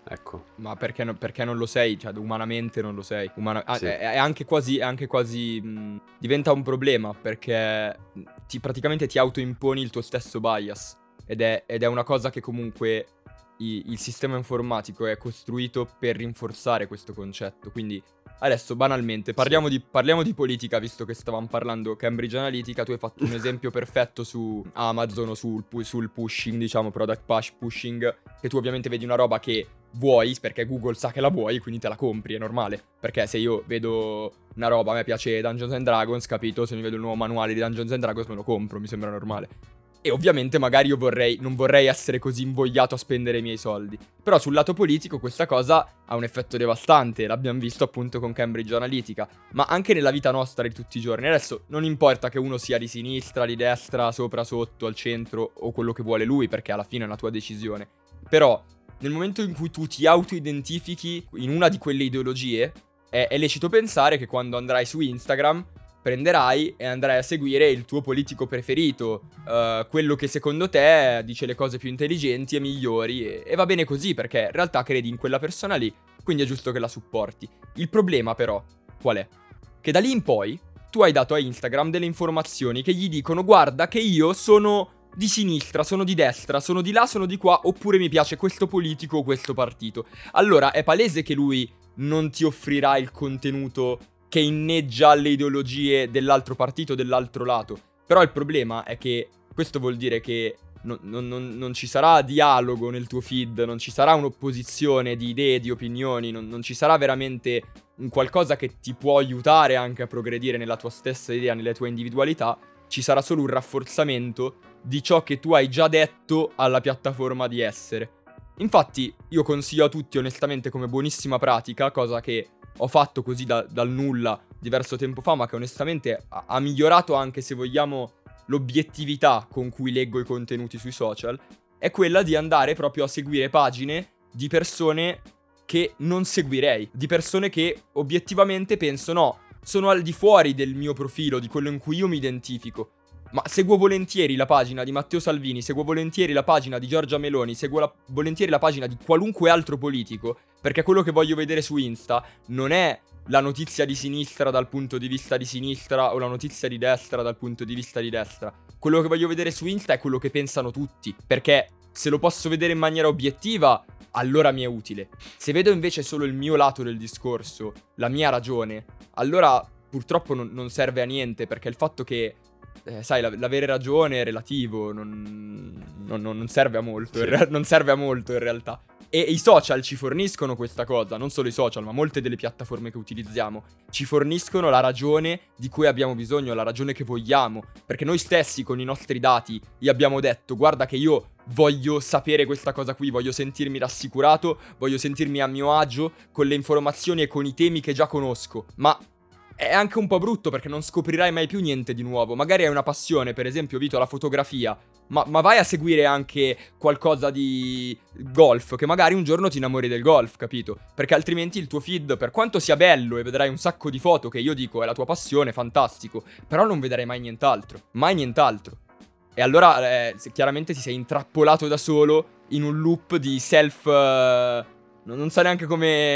ecco. Ma perché, no- perché non lo sei? Cioè, umanamente non lo sei. Umana- ah, Sì. è, è anche quasi, è anche quasi mh, diventa un problema, perché ti, praticamente ti autoimponi il tuo stesso bias. Ed è, ed è una cosa che comunque i- il sistema informatico è costruito per rinforzare questo concetto. Quindi adesso, banalmente, parliamo, Sì. di, parliamo di politica, visto che stavamo parlando Cambridge Analytica. Tu hai fatto un esempio perfetto su Amazon o sul, pu- sul pushing, diciamo, product push pushing, che tu ovviamente vedi una roba che vuoi, perché Google sa che la vuoi, quindi te la compri, è normale. Perché se io vedo una roba, a me piace Dungeons and Dragons, capito? Se mi vedo il nuovo manuale di Dungeons and Dragons me lo compro, mi sembra normale. E ovviamente magari io vorrei, non vorrei essere così invogliato a spendere i miei soldi. Però sul lato politico questa cosa ha un effetto devastante, l'abbiamo visto appunto con Cambridge Analytica, ma anche nella vita nostra di tutti i giorni. Adesso non importa che uno sia di sinistra, di destra, sopra, sotto, al centro o quello che vuole lui, perché alla fine è una tua decisione. Però nel momento in cui tu ti auto-identifichi in una di quelle ideologie, è, è lecito pensare che quando andrai su Instagram prenderai e andrai a seguire il tuo politico preferito, uh, quello che secondo te dice le cose più intelligenti e migliori, e, e va bene così perché in realtà credi in quella persona lì, quindi è giusto che la supporti. Il problema però qual è? Che da lì in poi tu hai dato a Instagram delle informazioni che gli dicono: guarda che io sono di sinistra, sono di destra, sono di là, sono di qua, oppure mi piace questo politico o questo partito. Allora è palese che lui non ti offrirà il contenuto che inneggia alle ideologie dell'altro partito, dell'altro lato. Però il problema è che questo vuol dire che non, non, non, non ci sarà dialogo nel tuo feed, non ci sarà un'opposizione di idee, di opinioni, non, non ci sarà veramente un qualcosa che ti può aiutare anche a progredire nella tua stessa idea, nelle tue individualità. Ci sarà solo un rafforzamento di ciò che tu hai già detto alla piattaforma di essere. Infatti io consiglio a tutti onestamente come buonissima pratica, cosa che ho fatto così da, dal nulla diverso tempo fa, ma che onestamente ha, ha migliorato anche, se vogliamo, l'obiettività con cui leggo i contenuti sui social, è quella di andare proprio a seguire pagine di persone che non seguirei, di persone che obiettivamente penso no, sono al di fuori del mio profilo, di quello in cui io mi identifico. Ma seguo volentieri la pagina di Matteo Salvini, seguo volentieri la pagina di Giorgia Meloni, seguo la, volentieri la pagina di qualunque altro politico, perché quello che voglio vedere su Insta non è la notizia di sinistra dal punto di vista di sinistra o la notizia di destra dal punto di vista di destra. Quello che voglio vedere su Insta è quello che pensano tutti, perché se lo posso vedere in maniera obiettiva, allora mi è utile. Se vedo invece solo il mio lato del discorso, la mia ragione, allora purtroppo non, non serve a niente, perché il fatto che Eh, sai, la- l'avere ragione è relativo, non, non- non serve a molto, in Sì. rea- non serve a molto in realtà. E i social ci forniscono questa cosa, non solo i social, ma molte delle piattaforme che utilizziamo ci forniscono la ragione di cui abbiamo bisogno, la ragione che vogliamo, perché noi stessi con i nostri dati gli abbiamo detto: guarda che io voglio sapere questa cosa qui, voglio sentirmi rassicurato, voglio sentirmi a mio agio con le informazioni e con i temi che già conosco, ma è anche un po' brutto perché non scoprirai mai più niente di nuovo. Magari hai una passione, per esempio, Vito, la fotografia, ma, ma vai a seguire anche qualcosa di golf, che magari un giorno ti innamori del golf, capito? Perché altrimenti il tuo feed, per quanto sia bello e vedrai un sacco di foto, che io dico è la tua passione, fantastico, però non vedrai mai nient'altro, mai nient'altro. E allora eh, se- chiaramente ti sei intrappolato da solo in un loop di self... eh, non non so neanche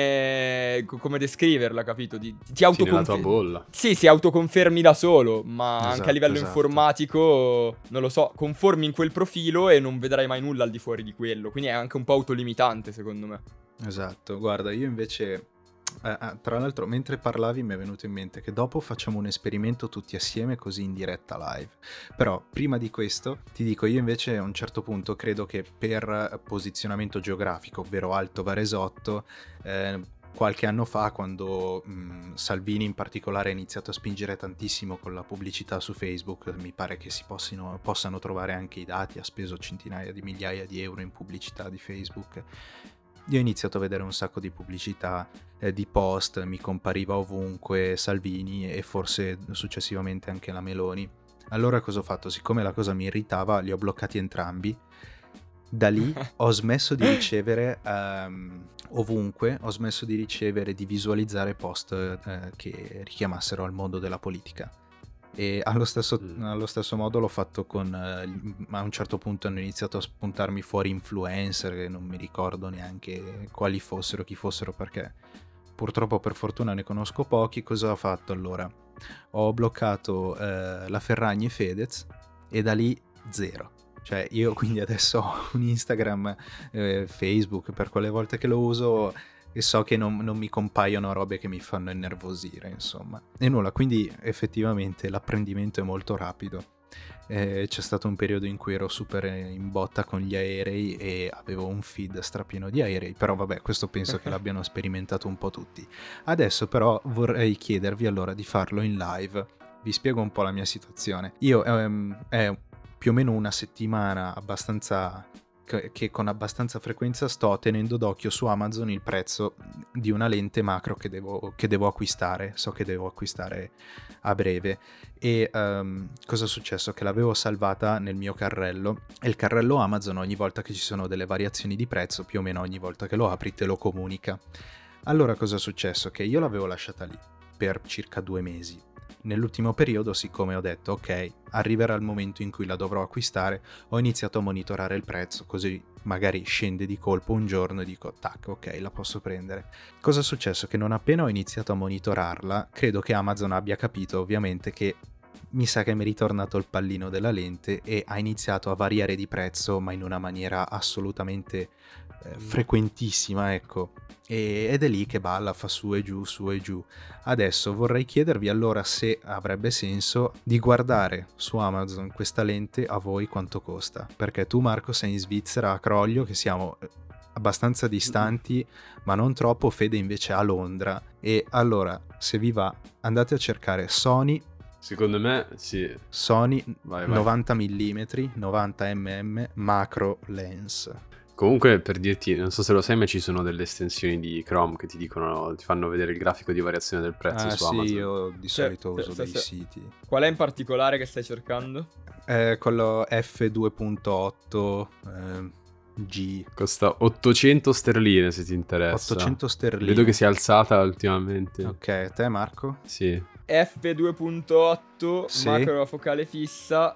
come, co- come descriverla, capito? Di, ti Sì, nella tua autoconfermi. bolla. Sì, si autoconfermi da solo, ma anche a Esatto, livello esatto. informatico, non lo so, conformi in quel profilo e non vedrai mai nulla al di fuori di quello. Quindi è anche un po' autolimitante, secondo me. Esatto, guarda, io invece, eh, ah, tra l'altro, mentre parlavi mi è venuto in mente che dopo facciamo un esperimento tutti assieme così in diretta live. Però prima di questo ti dico, io invece a un certo punto credo che per posizionamento geografico, ovvero Alto Varesotto, eh, qualche anno fa, quando mh, Salvini in particolare ha iniziato a spingere tantissimo con la pubblicità su Facebook, mi pare che si possino, possano trovare anche i dati, ha speso centinaia di migliaia di euro in pubblicità di Facebook. Io ho iniziato a vedere un sacco di pubblicità, eh, di post, mi compariva ovunque Salvini e forse successivamente anche la Meloni. Allora cosa ho fatto? Siccome la cosa mi irritava, li ho bloccati entrambi. Da lì ho smesso di ricevere ehm, ovunque, ho smesso di ricevere, di visualizzare post eh, che richiamassero al mondo della politica. E allo stesso, Mm. allo stesso modo l'ho fatto con... eh, a un certo punto hanno iniziato a spuntarmi fuori influencer che non mi ricordo neanche quali fossero, chi fossero, perché purtroppo per fortuna ne conosco pochi. Cosa ho fatto allora? Ho bloccato eh, la Ferragni e Fedez e da lì zero. Cioè io quindi adesso ho un Instagram, eh, Facebook, per quelle volte che lo uso, e so che non, non mi compaiono robe che mi fanno innervosire, insomma. E nulla, quindi effettivamente l'apprendimento è molto rapido. Eh, c'è stato un periodo in cui ero super in botta con gli aerei e avevo un feed strapieno di aerei, però vabbè, questo penso che l'abbiano sperimentato un po' tutti. Adesso però vorrei chiedervi allora di farlo in live. Vi spiego un po' la mia situazione. Io ehm, è più o meno una settimana abbastanza che con abbastanza frequenza sto tenendo d'occhio su Amazon il prezzo di una lente macro che devo, che devo acquistare. So che devo acquistare a breve. E um, cosa è successo? Che l'avevo salvata nel mio carrello, e il carrello Amazon ogni volta che ci sono delle variazioni di prezzo, più o meno ogni volta che lo apri te lo comunica. Allora cosa è successo? Che io l'avevo lasciata lì per circa due mesi. Nell'ultimo periodo, siccome ho detto ok, arriverà il momento in cui la dovrò acquistare, ho iniziato a monitorare il prezzo, così magari scende di colpo un giorno e dico tac, ok, la posso prendere. Cosa è successo? Che non appena ho iniziato a monitorarla, credo che Amazon abbia capito ovviamente che mi sa che mi è ritornato il pallino della lente e ha iniziato a variare di prezzo, ma in una maniera assolutamente eh, frequentissima, ecco. E, ed è lì che balla, fa su e giù, su e giù. Adesso vorrei chiedervi allora se avrebbe senso di guardare su Amazon questa lente a voi quanto costa, perché tu Marco sei in Svizzera, a Croglio, che siamo abbastanza distanti ma non troppo. Fede invece a Londra, e allora se vi va andate a cercare Sony. Secondo me sì. Sony Vai, vai. novanta millimetri, novanta millimetri macro lens. Comunque, per dirti, non so se lo sai, ma ci sono delle estensioni di Chrome che ti dicono, ti fanno vedere il grafico di variazione del prezzo Ah su sì, Amazon. io di Cioè, solito se- uso se- dei se- siti. Qual è in particolare che stai cercando? Eh, quello F due punto otto eh, G. Costa ottocento sterline se ti interessa. ottocento sterline. Vedo che si è alzata ultimamente. Ok, te Marco? Sì. F due punto otto, Sì. macro focale fissa,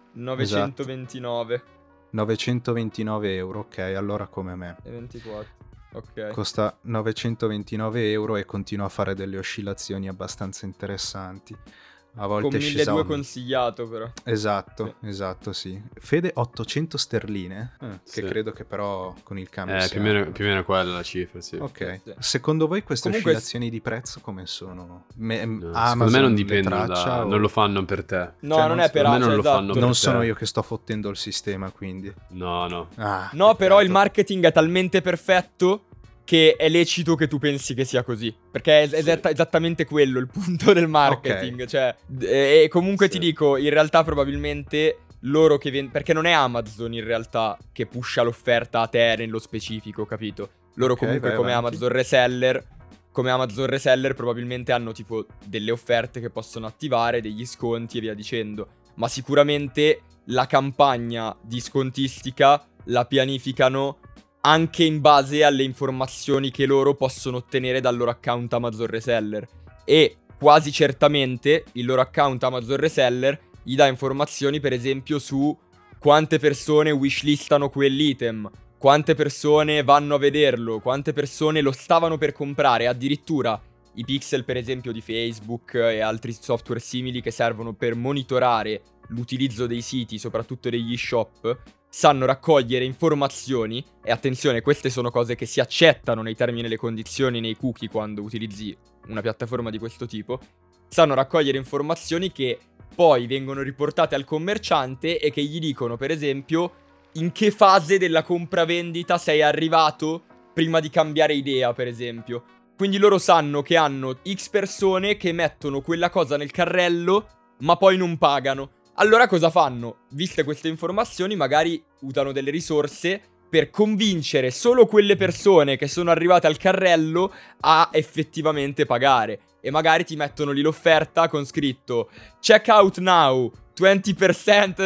novecentoventinove novecentoventinove euro, ok, allora come me. e ventiquattro. Ok. Costa novecentoventinove euro e continua a fare delle oscillazioni abbastanza interessanti. A volte Con è scesa milleduecento un... consigliato però. Esatto, esatto, sì. Fede ottocento sterline, eh, Sì. che credo che però con il cambio Eh, sia... più o meno, più o meno quella la cifra, sì. Ok, Sì, sì. secondo voi queste Comunque- oscillazioni di prezzo come sono? Me- No, Amazon secondo me non le dipendono traccia da... o- Non lo fanno per te. No, Cioè, non non- è per secondo me non cioè, lo esatto. fanno per Non te. sono io che sto fottendo il sistema, quindi. No, no. Ah, No, però il peccato. marketing è talmente perfetto che è lecito che tu pensi che sia così. Perché è Sì. esatta- esattamente quello il punto del marketing. Cioè, d- e comunque Sì. ti dico, in realtà probabilmente loro che vendono... Perché non è Amazon in realtà che pusha l'offerta a te nello specifico, capito? Loro Ok, comunque vai come avanti. Amazon Reseller... Come Amazon Reseller probabilmente hanno tipo delle offerte che possono attivare, degli sconti e via dicendo. Ma sicuramente la campagna di scontistica la pianificano anche in base alle informazioni che loro possono ottenere dal loro account Amazon Reseller. E quasi certamente il loro account Amazon Reseller gli dà informazioni per esempio su quante persone wishlistano quell'item, quante persone vanno a vederlo, quante persone lo stavano per comprare. Addirittura i pixel per esempio di Facebook e altri software simili che servono per monitorare l'utilizzo dei siti, soprattutto degli shop, sanno raccogliere informazioni. E attenzione, queste sono cose che si accettano nei termini e le condizioni nei cookie quando utilizzi una piattaforma di questo tipo. Sanno raccogliere informazioni che poi vengono riportate al commerciante e che gli dicono per esempio in che fase della compravendita sei arrivato prima di cambiare idea, per esempio. Quindi loro sanno che hanno X persone che mettono quella cosa nel carrello ma poi non pagano. Allora cosa fanno? Viste queste informazioni, magari usano delle risorse per convincere solo quelle persone che sono arrivate al carrello a effettivamente pagare. E magari ti mettono lì l'offerta con scritto check out now, venti percent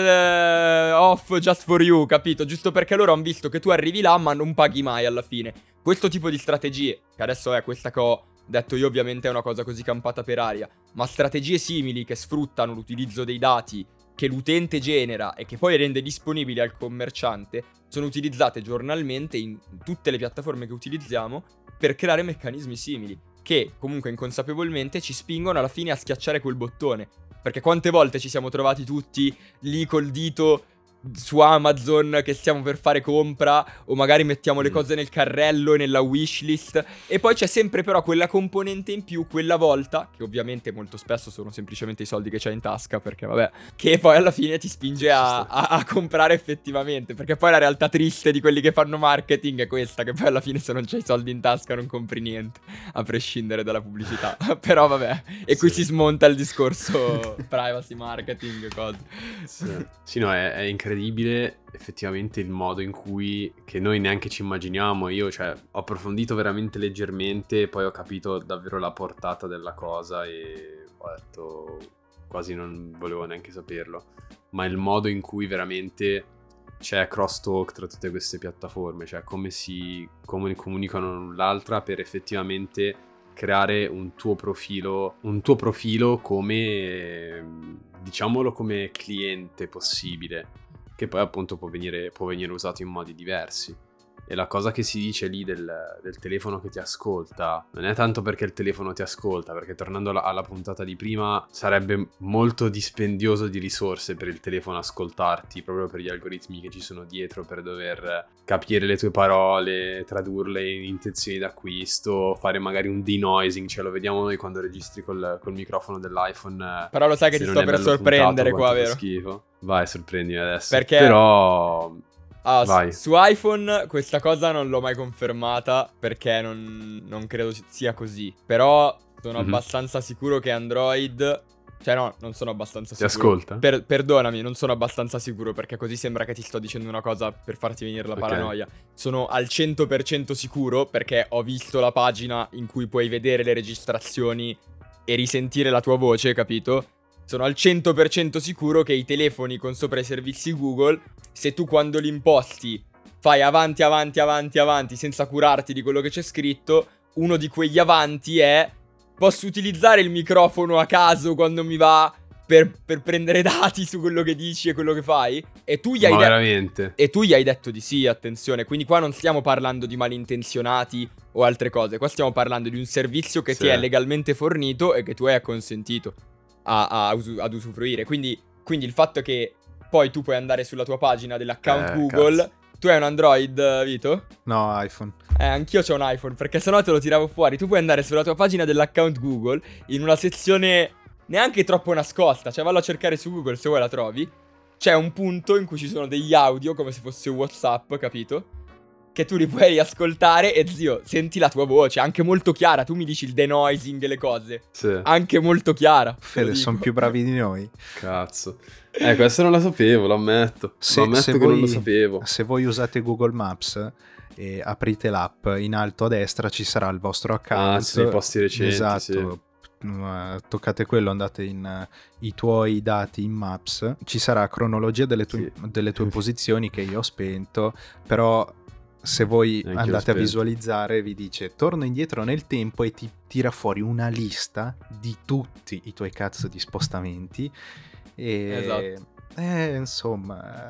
off just for you, capito? Giusto perché loro hanno visto che tu arrivi là ma non paghi mai alla fine. Questo tipo di strategie, che adesso è questa che ho detto io ovviamente è una cosa così campata per aria, ma strategie simili che sfruttano l'utilizzo dei dati che l'utente genera e che poi rende disponibili al commerciante sono utilizzate giornalmente in tutte le piattaforme che utilizziamo per creare meccanismi simili che comunque inconsapevolmente ci spingono alla fine a schiacciare quel bottone. Perché quante volte ci siamo trovati tutti lì col dito su Amazon che stiamo per fare compra, o magari mettiamo le cose nel carrello e nella wishlist, e poi c'è sempre però quella componente in più quella volta, che ovviamente molto spesso sono semplicemente i soldi che c'hai in tasca, perché vabbè, che poi alla fine ti spinge a, a, a comprare effettivamente. Perché poi la realtà triste di quelli che fanno marketing è questa, che poi alla fine se non c'hai i soldi in tasca non compri niente, a prescindere dalla pubblicità. Però vabbè, e qui Sì. si smonta il discorso privacy marketing, cose. Sì, sì, no, è, è incredibile effettivamente il modo in cui, che noi neanche ci immaginiamo. Io, cioè, ho approfondito veramente leggermente, poi ho capito davvero la portata della cosa e ho detto, quasi non volevo neanche saperlo, ma il modo in cui veramente c'è crosstalk tra tutte queste piattaforme, cioè come si come comunicano l'un l'altra per effettivamente creare un tuo profilo, un tuo profilo come, diciamolo, come cliente possibile, che poi appunto può venire, può venire usato in modi diversi. E la cosa che si dice lì del, del telefono che ti ascolta non è tanto perché il telefono ti ascolta, perché tornando alla, alla puntata di prima sarebbe molto dispendioso di risorse per il telefono ascoltarti, proprio per gli algoritmi che ci sono dietro, per dover capire le tue parole, tradurle in intenzioni d'acquisto, fare magari un denoising, cioè lo vediamo noi quando registri col, col microfono dell'iPhone. Però lo sai che se ti non sto è per bello sorprendere puntato, qua, quanto fa vero? schifo. Vai, sorprendimi adesso. Perché- Però... Ah, Vai. su, su iPhone questa cosa non l'ho mai confermata, perché non, non credo sia così. Però sono Mhm. abbastanza sicuro che Android... Cioè no, non sono abbastanza Ti sicuro. ascolta? Per- perdonami, non sono abbastanza sicuro, perché così sembra che ti sto dicendo una cosa per farti venire la Ok. paranoia. Sono al cento per cento sicuro, perché ho visto la pagina in cui puoi vedere le registrazioni e risentire la tua voce, capito? Sono al cento per cento sicuro che i telefoni con sopra i servizi Google, se tu quando li imposti fai avanti, avanti, avanti, avanti senza curarti di quello che c'è scritto, uno di quegli avanti è: posso utilizzare il microfono a caso quando mi va per, per prendere dati su quello che dici e quello che fai? E tu gli hai Ma detto... veramente? E tu gli hai detto di sì, attenzione. Quindi qua non stiamo parlando di malintenzionati o altre cose. Qua stiamo parlando di un servizio che Sì. ti è legalmente fornito e che tu hai acconsentito a, a usu- ad usufruire. Quindi, quindi il fatto che poi tu puoi andare sulla tua pagina dell'account Eh, Google. cazzo. Tu hai un Android, Vito? No, iPhone. Eh, anch'io c'ho un iPhone, perché sennò te lo tiravo fuori. Tu puoi andare sulla tua pagina dell'account Google in una sezione neanche troppo nascosta. Cioè, vallo a cercare su Google se vuoi la trovi. C'è un punto in cui ci sono degli audio, come se fosse WhatsApp, capito? Che tu li puoi riascoltare e, zio, senti la tua voce, anche molto chiara. Tu mi dici il denoising e le cose, Sì. anche molto chiara. Fede, sono più bravi di noi. Cazzo. Eh, questo non lo sapevo, lo ammetto. Se- lo ammetto se che voi- non lo sapevo. Se voi usate Google Maps e aprite l'app, in alto a destra ci sarà il vostro account. Ah, ci sono i posti recenti, Esatto. sì. Mm, toccate quello, andate in eh, i tuoi dati in Maps, ci sarà cronologia delle tue, Sì. delle tue posizioni che io ho spento, però se voi Neanche io andate l'ho a spento. visualizzare vi dice torno indietro nel tempo e ti tira fuori una lista di tutti i tuoi cazzo di spostamenti e Esatto. eh, insomma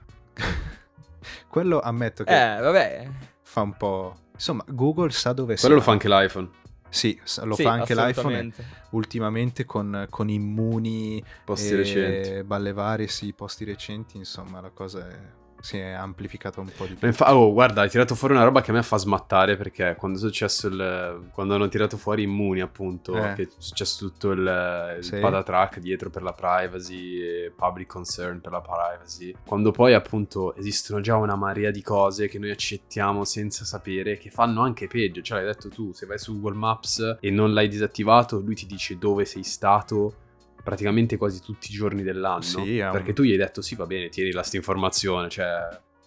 quello ammetto che Eh, vabbè. fa un po', insomma, Google sa dove Quello lo si fa va. anche l'iPhone. Sì, s- lo Sì, fa anche l'iPhone e assolutamente. ultimamente con, con Immuni Posti e recenti. balle varie, sì, posti recenti, insomma, la cosa è- si è amplificata un po' di Ma più. infa- oh, guarda, hai tirato fuori una roba che a me fa smattare, perché quando è successo il... quando hanno tirato fuori Immuni, appunto, Eh. che è successo tutto il, il Sì. patatrack dietro per la privacy, e public concern per la privacy, quando poi appunto esistono già una marea di cose che noi accettiamo senza sapere, che fanno anche peggio. Cioè, l'hai detto tu, se vai su Google Maps e non l'hai disattivato, lui ti dice dove sei stato praticamente quasi tutti i giorni dell'anno, Sì, è un- perché tu gli hai detto sì, va bene, tieni la sta informazione, cioè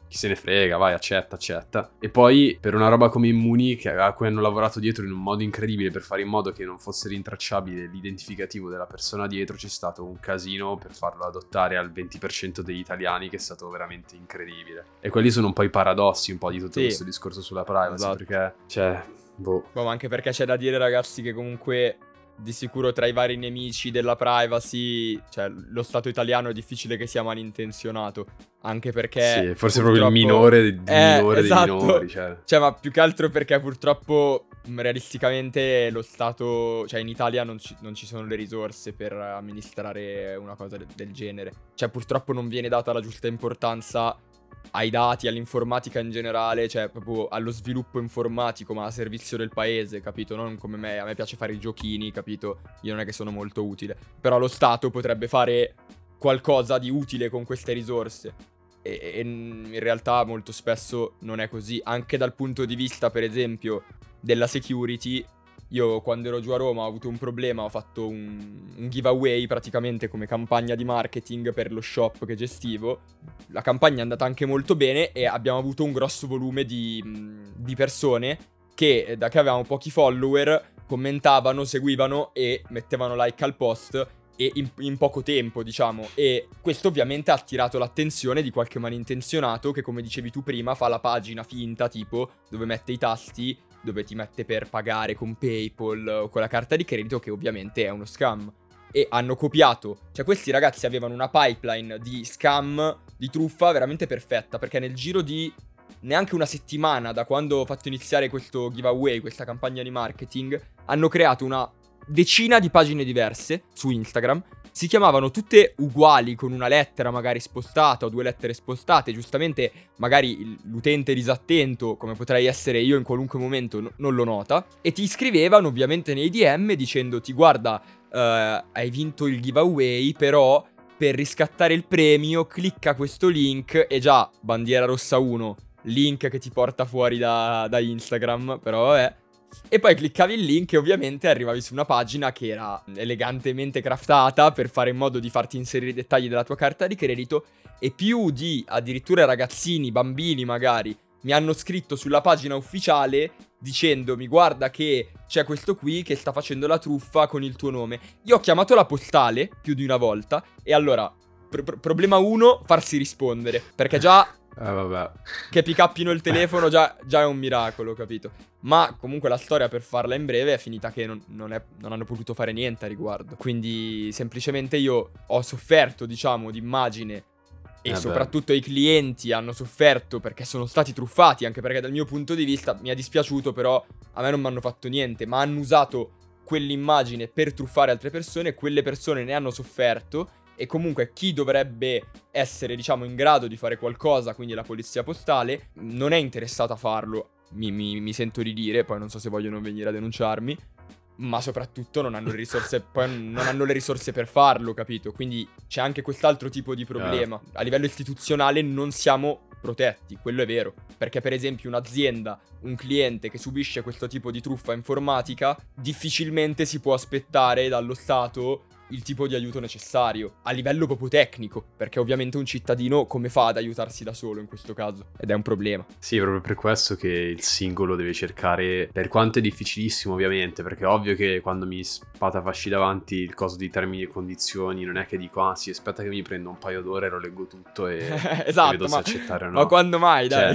chi se ne frega, vai, accetta, accetta. E poi per una roba come Immuni, che, a cui hanno lavorato dietro in un modo incredibile per fare in modo che non fosse rintracciabile l'identificativo della persona dietro, c'è stato un casino per farlo adottare al venti per cento degli italiani, che è stato veramente incredibile. E quelli sono un po' i paradossi un po' di tutto Sì. questo discorso sulla privacy, Esatto. perché, cioè, boh. Boh, ma anche perché c'è da dire, ragazzi, che comunque di sicuro tra i vari nemici della privacy, cioè lo Stato italiano è difficile che sia malintenzionato, anche perché Sì, forse purtroppo... proprio il minore di Eh, minore esatto. dei minori, cioè. Cioè, ma più che altro perché purtroppo mh, realisticamente lo Stato, cioè in Italia non ci, non ci sono le risorse per amministrare una cosa de- del genere. Cioè, purtroppo non viene data la giusta importanza ai dati, all'informatica in generale, cioè proprio allo sviluppo informatico, ma a servizio del paese, capito? Non come me, a me piace fare i giochini, capito? Io non è che sono molto utile. Però lo Stato potrebbe fare qualcosa di utile con queste risorse. E, e in realtà molto spesso non è così. Anche dal punto di vista, per esempio, della security, io quando ero giù a Roma ho avuto un problema, ho fatto un, un giveaway praticamente come campagna di marketing per lo shop che gestivo. La campagna è andata anche molto bene e abbiamo avuto un grosso volume di, di persone che, da che avevamo pochi follower, commentavano, seguivano e mettevano like al post e in, in poco tempo, diciamo. E questo ovviamente ha attirato l'attenzione di qualche malintenzionato che, come dicevi tu prima, fa la pagina finta, tipo, dove mette i tasti, dove ti mette per pagare con PayPal o con la carta di credito, che ovviamente è uno scam. E hanno copiato, cioè questi ragazzi avevano una pipeline di scam, di truffa veramente perfetta, perché nel giro di neanche una settimana da quando ho fatto iniziare questo giveaway, questa campagna di marketing, hanno creato una decina di pagine diverse su Instagram. Si chiamavano tutte uguali, con una lettera magari spostata o due lettere spostate. Giustamente magari l'utente disattento, come potrei essere io in qualunque momento, no- non lo nota. E ti iscrivevano ovviamente nei D M dicendoti: guarda, eh, hai vinto il giveaway, però per riscattare il premio clicca questo link. E già, bandiera rossa uno, link che ti porta fuori da, da Instagram, però vabbè. E poi cliccavi il link e ovviamente arrivavi su una pagina che era elegantemente craftata per fare in modo di farti inserire i dettagli della tua carta di credito. E più di addirittura ragazzini, bambini magari, mi hanno scritto sulla pagina ufficiale dicendomi: guarda che c'è questo qui che sta facendo la truffa con il tuo nome. Io ho chiamato la postale più di una volta. E allora, pr- pr- problema uno, farsi rispondere, perché già Eh vabbè. che picappino il telefono già, già è un miracolo, capito? Ma comunque la storia, per farla in breve, è finita che non, non, è, non hanno potuto fare niente a riguardo. Quindi semplicemente io ho sofferto, diciamo, d'immagine. E Eh soprattutto i clienti hanno sofferto perché sono stati truffati. Anche perché dal mio punto di vista mi è dispiaciuto, però a me non mi hanno fatto niente. Ma hanno usato quell'immagine per truffare altre persone. Quelle persone ne hanno sofferto. E comunque chi dovrebbe essere, diciamo, in grado di fare qualcosa, quindi la polizia postale, non è interessata a farlo, mi, mi, mi sento di dire. Poi non so se vogliono venire a denunciarmi, ma soprattutto non hanno le risorse, poi non hanno le risorse per farlo, capito? Quindi c'è anche quest'altro tipo di problema. A livello istituzionale non siamo protetti, quello è vero. Perché per esempio un'azienda, un cliente che subisce questo tipo di truffa informatica, difficilmente si può aspettare dallo Stato il tipo di aiuto necessario, a livello proprio tecnico, perché ovviamente un cittadino come fa ad aiutarsi da solo in questo caso? Ed è un problema. Sì, è proprio per questo che il singolo deve cercare, per quanto è difficilissimo ovviamente, perché è ovvio che quando mi spatafasci davanti il coso di termini e condizioni, non è che dico: ah sì, aspetta che mi prendo un paio d'ore, lo leggo tutto e, esatto, e vedo ma, se accettare o no. Ma quando mai, Cioè,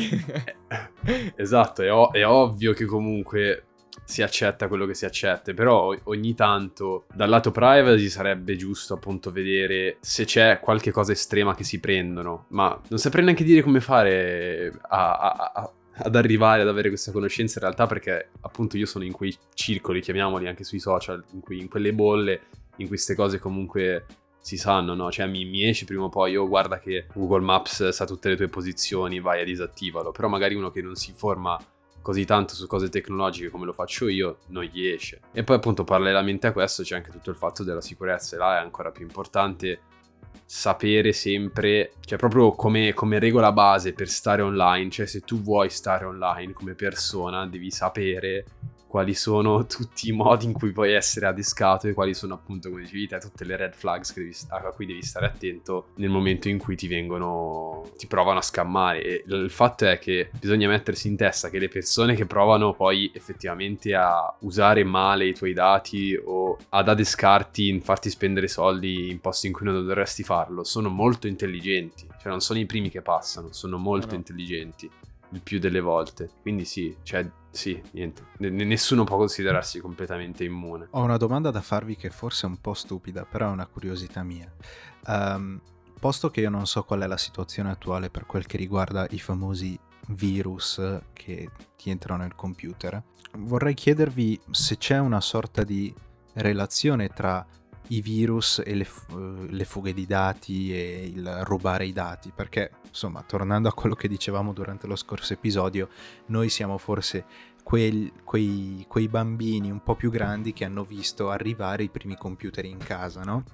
dai? esatto, è, ov- è ovvio che comunque si accetta quello che si accetta, però ogni tanto dal lato privacy sarebbe giusto appunto vedere se c'è qualche cosa estrema che si prendono, ma non saprei neanche dire come fare a, a, a, ad arrivare ad avere questa conoscenza in realtà, perché appunto io sono in quei circoli, chiamiamoli anche sui social, in, cui, in quelle bolle in cui queste cose comunque si sanno, no? Cioè mi, mi esce prima o poi: oh, guarda che Google Maps sa tutte le tue posizioni, vai a disattivalo. Però magari uno che non si informa così tanto su cose tecnologiche come lo faccio io, non gli esce. E poi appunto parallelamente a questo c'è anche tutto il fatto della sicurezza, e là è ancora più importante sapere sempre, cioè proprio come, come regola base per stare online, cioè se tu vuoi stare online come persona devi sapere quali sono tutti i modi in cui puoi essere adescato e quali sono appunto, come dicevi te, tutte le red flags che devi, a cui devi stare attento nel momento in cui ti vengono, ti provano a scammare. E il fatto è che bisogna mettersi in testa che le persone che provano poi effettivamente a usare male i tuoi dati o ad adescarti, in farti spendere soldi in posti in cui non dovresti farlo, sono molto intelligenti, cioè non sono i primi che passano, sono molto no. intelligenti il più delle volte. Quindi sì, cioè sì, niente, N- nessuno può considerarsi completamente immune. Ho una domanda da farvi che forse è un po' stupida, però è una curiosità mia. Um, posto che io non so qual è la situazione attuale per quel che riguarda i famosi virus che ti entrano nel computer, vorrei chiedervi se c'è una sorta di relazione tra i virus e le, fu- le fughe di dati e il rubare i dati, perché insomma, tornando a quello che dicevamo durante lo scorso episodio, noi siamo forse quel, quei, quei bambini un po' più grandi che hanno visto arrivare i primi computer in casa, no?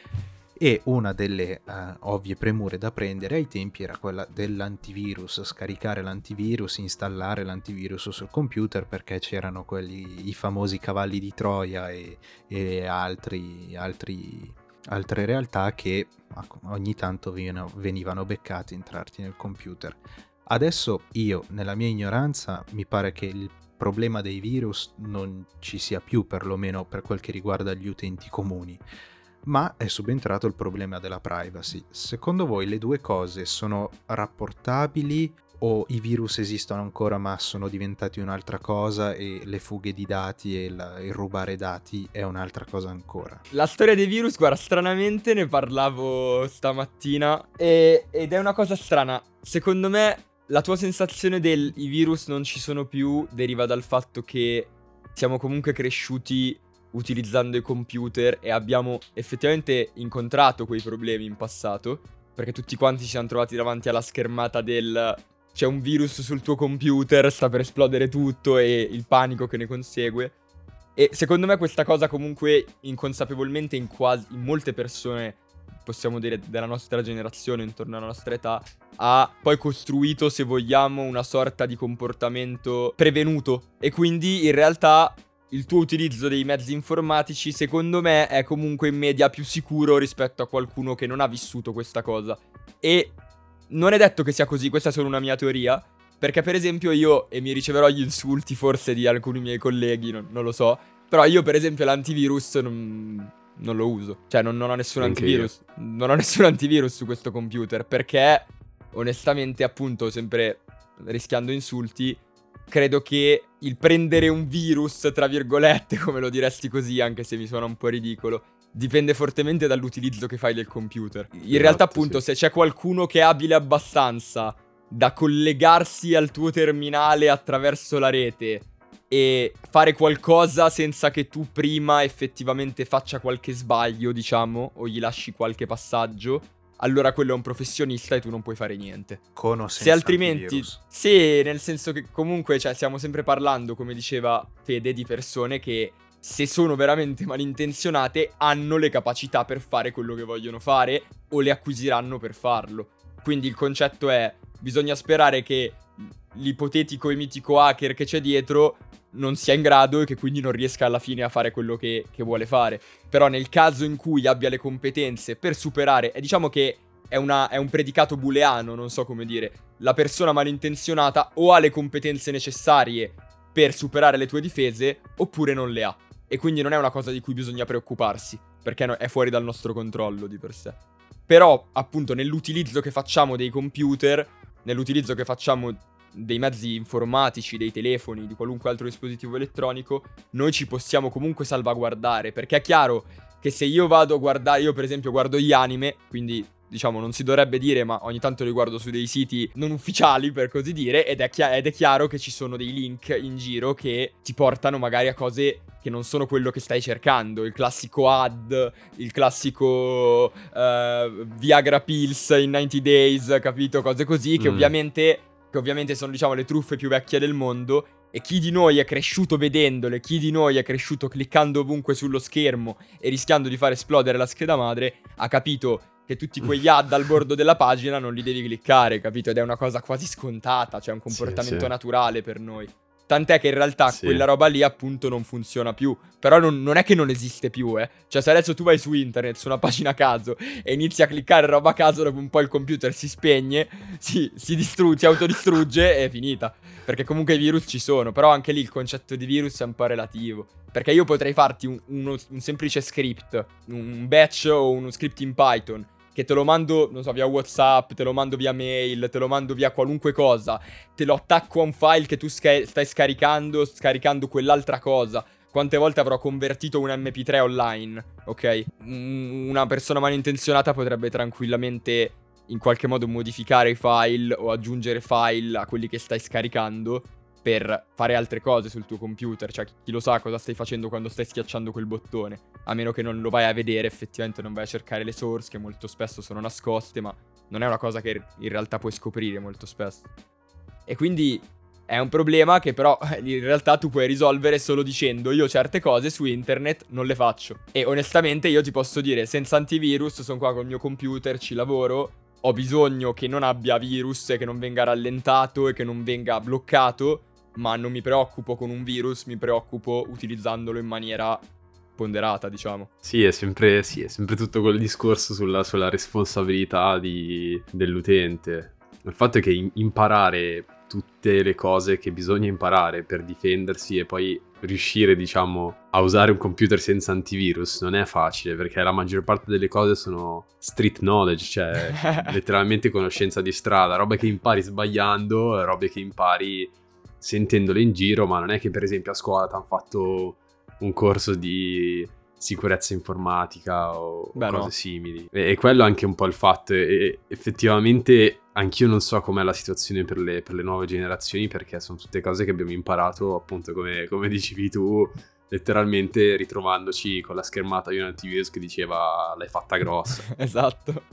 E una delle uh, ovvie premure da prendere ai tempi era quella dell'antivirus, scaricare l'antivirus, installare l'antivirus sul computer, perché c'erano quelli, i famosi cavalli di Troia e, e altri, altri, altre realtà che ogni tanto venivano, venivano beccati entrarti nel computer. Adesso io, nella mia ignoranza, mi pare che il problema dei virus non ci sia più, perlomeno per quel che riguarda gli utenti comuni, ma è subentrato il problema della privacy. Secondo voi le due cose sono rapportabili o i virus esistono ancora ma sono diventati un'altra cosa e le fughe di dati e la, il rubare dati è un'altra cosa ancora? La storia dei virus, guarda, stranamente ne parlavo stamattina e, ed è una cosa strana. Secondo me la tua sensazione del i virus non ci sono più deriva dal fatto che siamo comunque cresciuti utilizzando i computer e abbiamo effettivamente incontrato quei problemi in passato, perché tutti quanti ci siamo trovati davanti alla schermata del c'è un virus sul tuo computer, sta per esplodere tutto e il panico che ne consegue. E secondo me questa cosa comunque inconsapevolmente in quasi in molte persone, possiamo dire della nostra generazione, intorno alla nostra età, ha poi costruito, se vogliamo, una sorta di comportamento prevenuto. E quindi in realtà il tuo utilizzo dei mezzi informatici, secondo me, è comunque in media più sicuro rispetto a qualcuno che non ha vissuto questa cosa. E non è detto che sia così, questa è solo una mia teoria, perché per esempio io, e mi riceverò gli insulti forse di alcuni miei colleghi, non, non lo so, però io per esempio l'antivirus non, non lo uso. Cioè non, non ho nessun Anche antivirus, io. non ho nessun antivirus su questo computer, perché onestamente, appunto, sempre rischiando insulti, credo che il prendere un virus, tra virgolette, come lo diresti così, anche se mi suona un po' ridicolo, dipende fortemente dall'utilizzo che fai del computer. In Esatto, realtà, appunto, sì. se c'è qualcuno che è abile abbastanza da collegarsi al tuo terminale attraverso la rete e fare qualcosa senza che tu prima effettivamente faccia qualche sbaglio, diciamo, o gli lasci qualche passaggio, allora quello è un professionista e tu non puoi fare niente. Con o senza Se altrimenti, antivirus. sì, nel senso che comunque, cioè, stiamo sempre parlando, come diceva Fede, di persone che, se sono veramente malintenzionate, hanno le capacità per fare quello che vogliono fare o le acquisiranno per farlo. Quindi il concetto è, bisogna sperare che l'ipotetico e mitico hacker che c'è dietro non sia in grado e che quindi non riesca alla fine a fare quello che, che vuole fare. Però nel caso in cui abbia le competenze per superare, e diciamo che è, una, è un predicato booleano, non so come dire, la persona malintenzionata o ha le competenze necessarie per superare le tue difese oppure non le ha. E quindi non è una cosa di cui bisogna preoccuparsi, perché no, è fuori dal nostro controllo di per sé. Però appunto nell'utilizzo che facciamo dei computer, nell'utilizzo che facciamo dei mezzi informatici, dei telefoni, di qualunque altro dispositivo elettronico, noi ci possiamo comunque salvaguardare, perché è chiaro che se io vado a guardare, io per esempio guardo gli anime, quindi diciamo non si dovrebbe dire, ma ogni tanto li guardo su dei siti non ufficiali, per così dire, ed è, chi- ed è chiaro che ci sono dei link in giro che ti portano magari a cose che non sono quello che stai cercando, il classico ad, il classico uh, Viagra Pills in ninety days, capito? Cose così che Mm. ovviamente... che ovviamente sono, diciamo, le truffe più vecchie del mondo, e chi di noi è cresciuto vedendole, chi di noi è cresciuto cliccando ovunque sullo schermo e rischiando di far esplodere la scheda madre, ha capito che tutti quegli ad al bordo della pagina non li devi cliccare, capito? Ed è una cosa quasi scontata, cioè un comportamento sì. naturale per noi. Tant'è che in realtà Sì. quella roba lì appunto non funziona più. Però non, non è che non esiste più, eh. Cioè se adesso tu vai su internet, su una pagina a caso, e inizi a cliccare roba a caso, dopo un po' il computer si spegne, si, si, distru- si autodistrugge e è finita. Perché comunque i virus ci sono. Però anche lì il concetto di virus è un po' relativo. Perché io potrei farti un, uno, un semplice script, un batch o uno script in Python, che te lo mando, non so, via WhatsApp, te lo mando via mail, te lo mando via qualunque cosa, te lo attacco a un file che tu sca- stai scaricando, scaricando quell'altra cosa. Quante volte avrò convertito un emme pi tre online, ok? Mm, Una persona malintenzionata potrebbe tranquillamente in qualche modo modificare i file o aggiungere file a quelli che stai scaricando per fare altre cose sul tuo computer. Cioè, chi lo sa cosa stai facendo quando stai schiacciando quel bottone. A meno che non lo vai a vedere, effettivamente non vai a cercare le source, che molto spesso sono nascoste, ma non è una cosa che in realtà puoi scoprire molto spesso. E quindi è un problema che però in realtà tu puoi risolvere solo dicendo: io certe cose su internet non le faccio. E onestamente io ti posso dire, senza antivirus sono qua col mio computer, ci lavoro, ho bisogno che non abbia virus e che non venga rallentato e che non venga bloccato, ma non mi preoccupo con un virus, mi preoccupo utilizzandolo in maniera ponderata, diciamo. Sì, è sempre, sì, è sempre tutto quel discorso sulla, sulla responsabilità di- dell'utente. Il fatto è che im- imparare tutte le cose che bisogna imparare per difendersi e poi riuscire, diciamo, a usare un computer senza antivirus non è facile, perché la maggior parte delle cose sono street knowledge, cioè letteralmente conoscenza di strada, robe che impari sbagliando, robe che impari sentendole in giro, ma non è che per esempio a scuola ti hanno fatto un corso di sicurezza informatica o Beh, cose no. simili. E, e quello è anche un po' il fatto. E, e effettivamente anch'io non so com'è la situazione per le, per le nuove generazioni, perché sono tutte cose che abbiamo imparato, appunto, come, come dicevi tu, letteralmente ritrovandoci con la schermata di un antivirus che diceva l'hai fatta grossa. Esatto.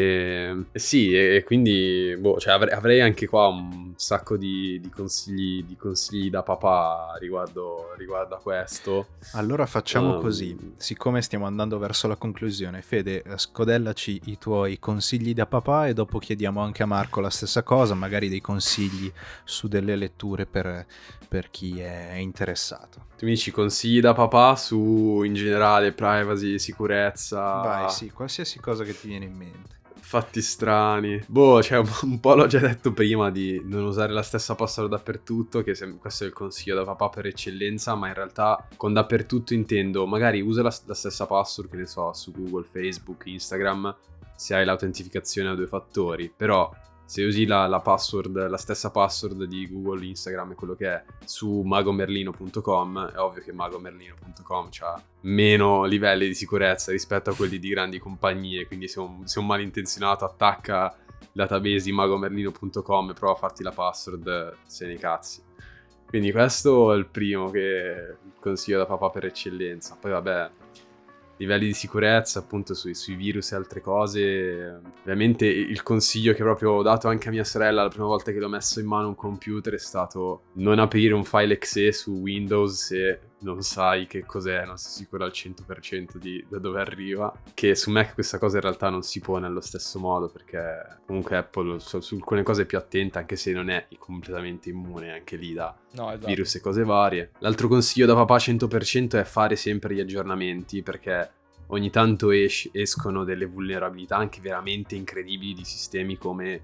E, e sì, e quindi boh, cioè avrei, avrei anche qua un sacco di, di consigli di consigli da papà riguardo, riguardo a questo. Allora facciamo Um, così, siccome stiamo andando verso la conclusione, Fede, eh, scodellaci i tuoi consigli da papà e dopo chiediamo anche a Marco la stessa cosa, magari dei consigli su delle letture per, per chi è interessato. Tu mi dici consigli da papà su in generale privacy, sicurezza, Vai, sì, qualsiasi cosa che ti viene in mente. fatti strani. Boh, cioè un, un po' l'ho già detto prima di non usare la stessa password dappertutto, che se, questo è il consiglio da papà per eccellenza, ma in realtà con dappertutto intendo magari usa la, la stessa password, che ne so, su Google, Facebook, Instagram, se hai l'autentificazione a due fattori, però se usi la, la password, la stessa password di Google, Instagram e quello che è su magomerlino punto com, è ovvio che magomerlino punto com ha meno livelli di sicurezza rispetto a quelli di grandi compagnie, quindi se un, se un malintenzionato attacca il database di magomerlino punto com e prova a farti la password, se ne cazzi. Quindi questo è il primo che consiglio da papà per eccellenza. Poi vabbè, livelli di sicurezza appunto sui, sui virus e altre cose. Ovviamente il consiglio che proprio ho dato anche a mia sorella la prima volta che l'ho messo in mano un computer è stato non aprire un file exe su Windows se non sai che cos'è, non sei sicuro al cento per cento di da dove arriva, che su Mac questa cosa in realtà non si pone allo stesso modo, perché comunque Apple su, su alcune cose è più attenta, anche se non è completamente immune anche lì da No, esatto. virus e cose varie. L'altro consiglio da papà cento per cento è fare sempre gli aggiornamenti, perché ogni tanto es- escono delle vulnerabilità anche veramente incredibili di sistemi come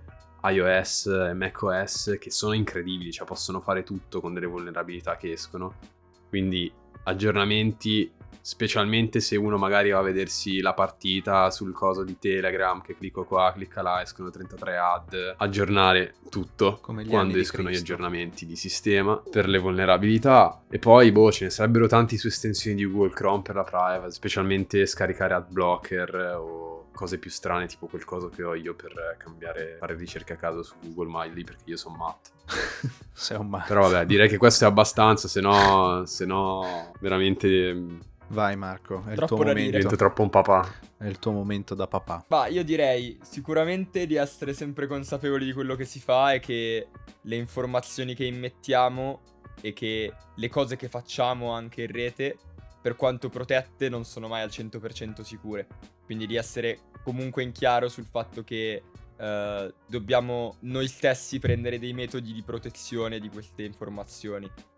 iOS e macOS, che sono incredibili, cioè possono fare tutto con delle vulnerabilità che escono. Quindi aggiornamenti, specialmente se uno magari va a vedersi la partita sul coso di Telegram, che clicco qua, clicca là, escono trentatré ad, aggiornare tutto Come gli quando anni di escono gli Cristo. aggiornamenti di sistema per le vulnerabilità. E poi boh, ce ne sarebbero tanti su estensioni di Google Chrome per la privacy, specialmente scaricare ad blocker o cose più strane, tipo quel coso che ho io per cambiare, fare ricerche a caso su Google, ma lì perché io sono matto. Sei un matto. Però vabbè, direi che questo è abbastanza, se no, se no veramente mm, Vai Marco, è il Troppo tuo da dire. divento momento. troppo un papà. È il tuo momento da papà. Ma io direi sicuramente di essere sempre consapevoli di quello che si fa e che le informazioni che immettiamo e che le cose che facciamo anche in rete, per quanto protette, non sono mai al cento per cento sicure. Quindi di essere comunque in chiaro sul fatto che eh, dobbiamo noi stessi prendere dei metodi di protezione di queste informazioni.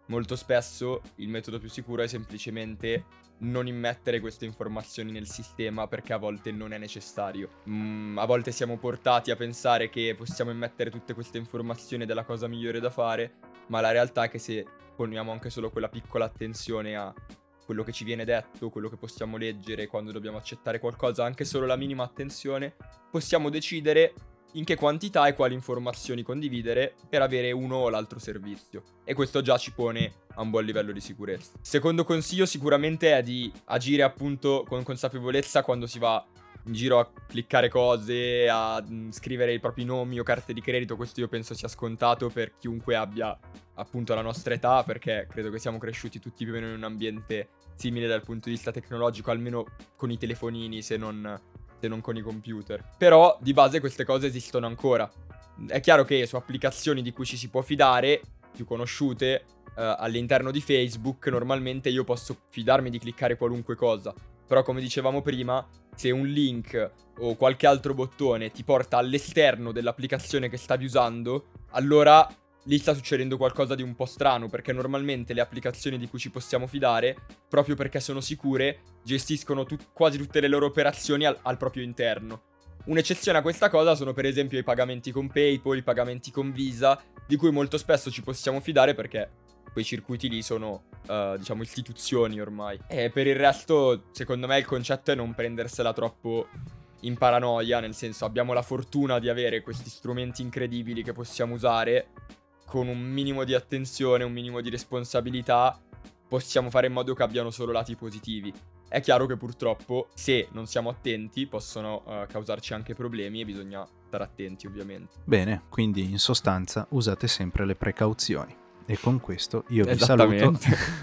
molto spesso il metodo più sicuro è semplicemente non immettere queste informazioni nel sistema, perché a volte non è necessario. Mm, a volte siamo portati a pensare che possiamo immettere tutte queste informazioni ed è la cosa migliore da fare, ma la realtà è che se poniamo anche solo quella piccola attenzione a quello che ci viene detto, quello che possiamo leggere quando dobbiamo accettare qualcosa, anche solo la minima attenzione, possiamo decidere in che quantità e quali informazioni condividere per avere uno o l'altro servizio. E questo già ci pone a un buon livello di sicurezza. Secondo consiglio sicuramente è di agire appunto con consapevolezza quando si va in giro a cliccare cose, a mh, scrivere i propri nomi o carte di credito. Questo io penso sia scontato per chiunque abbia appunto la nostra età, perché credo che siamo cresciuti tutti più o meno in un ambiente simile dal punto di vista tecnologico, almeno con i telefonini, se non, se non con i computer. Però di base queste cose esistono ancora. È chiaro che su applicazioni di cui ci si può fidare, più conosciute, Uh, all'interno di Facebook normalmente io posso fidarmi di cliccare qualunque cosa, però come dicevamo prima, se un link o qualche altro bottone ti porta all'esterno dell'applicazione che stavi usando, allora lì sta succedendo qualcosa di un po' strano, perché normalmente le applicazioni di cui ci possiamo fidare, proprio perché sono sicure, gestiscono tut- quasi tutte le loro operazioni al-, al proprio interno. Un'eccezione a questa cosa sono per esempio i pagamenti con PayPal, i pagamenti con Visa, di cui molto spesso ci possiamo fidare perché quei circuiti lì sono, uh, diciamo, istituzioni ormai. E per il resto, secondo me, il concetto è non prendersela troppo in paranoia, nel senso, abbiamo la fortuna di avere questi strumenti incredibili che possiamo usare, con un minimo di attenzione, un minimo di responsabilità, possiamo fare in modo che abbiano solo lati positivi. È chiaro che purtroppo, se non siamo attenti, possono uh, causarci anche problemi e bisogna stare attenti, ovviamente. Bene, quindi in sostanza usate sempre le precauzioni. E con questo io vi saluto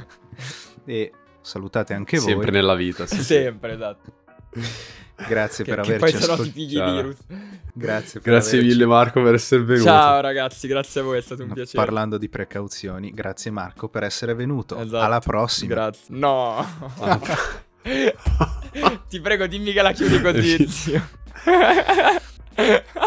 e salutate anche voi. Sempre nella vita, sì. Sempre, esatto. Grazie che, per che averci poi sennò ti pigli ascoltato. virus. Grazie, per grazie averci... mille Marco per essere venuto. Ciao ragazzi, grazie a voi, è stato un piacere. Parlando di precauzioni, grazie Marco per essere venuto. Esatto. Alla prossima. Grazie. No. Ti prego, dimmi che la chiudi così, zio.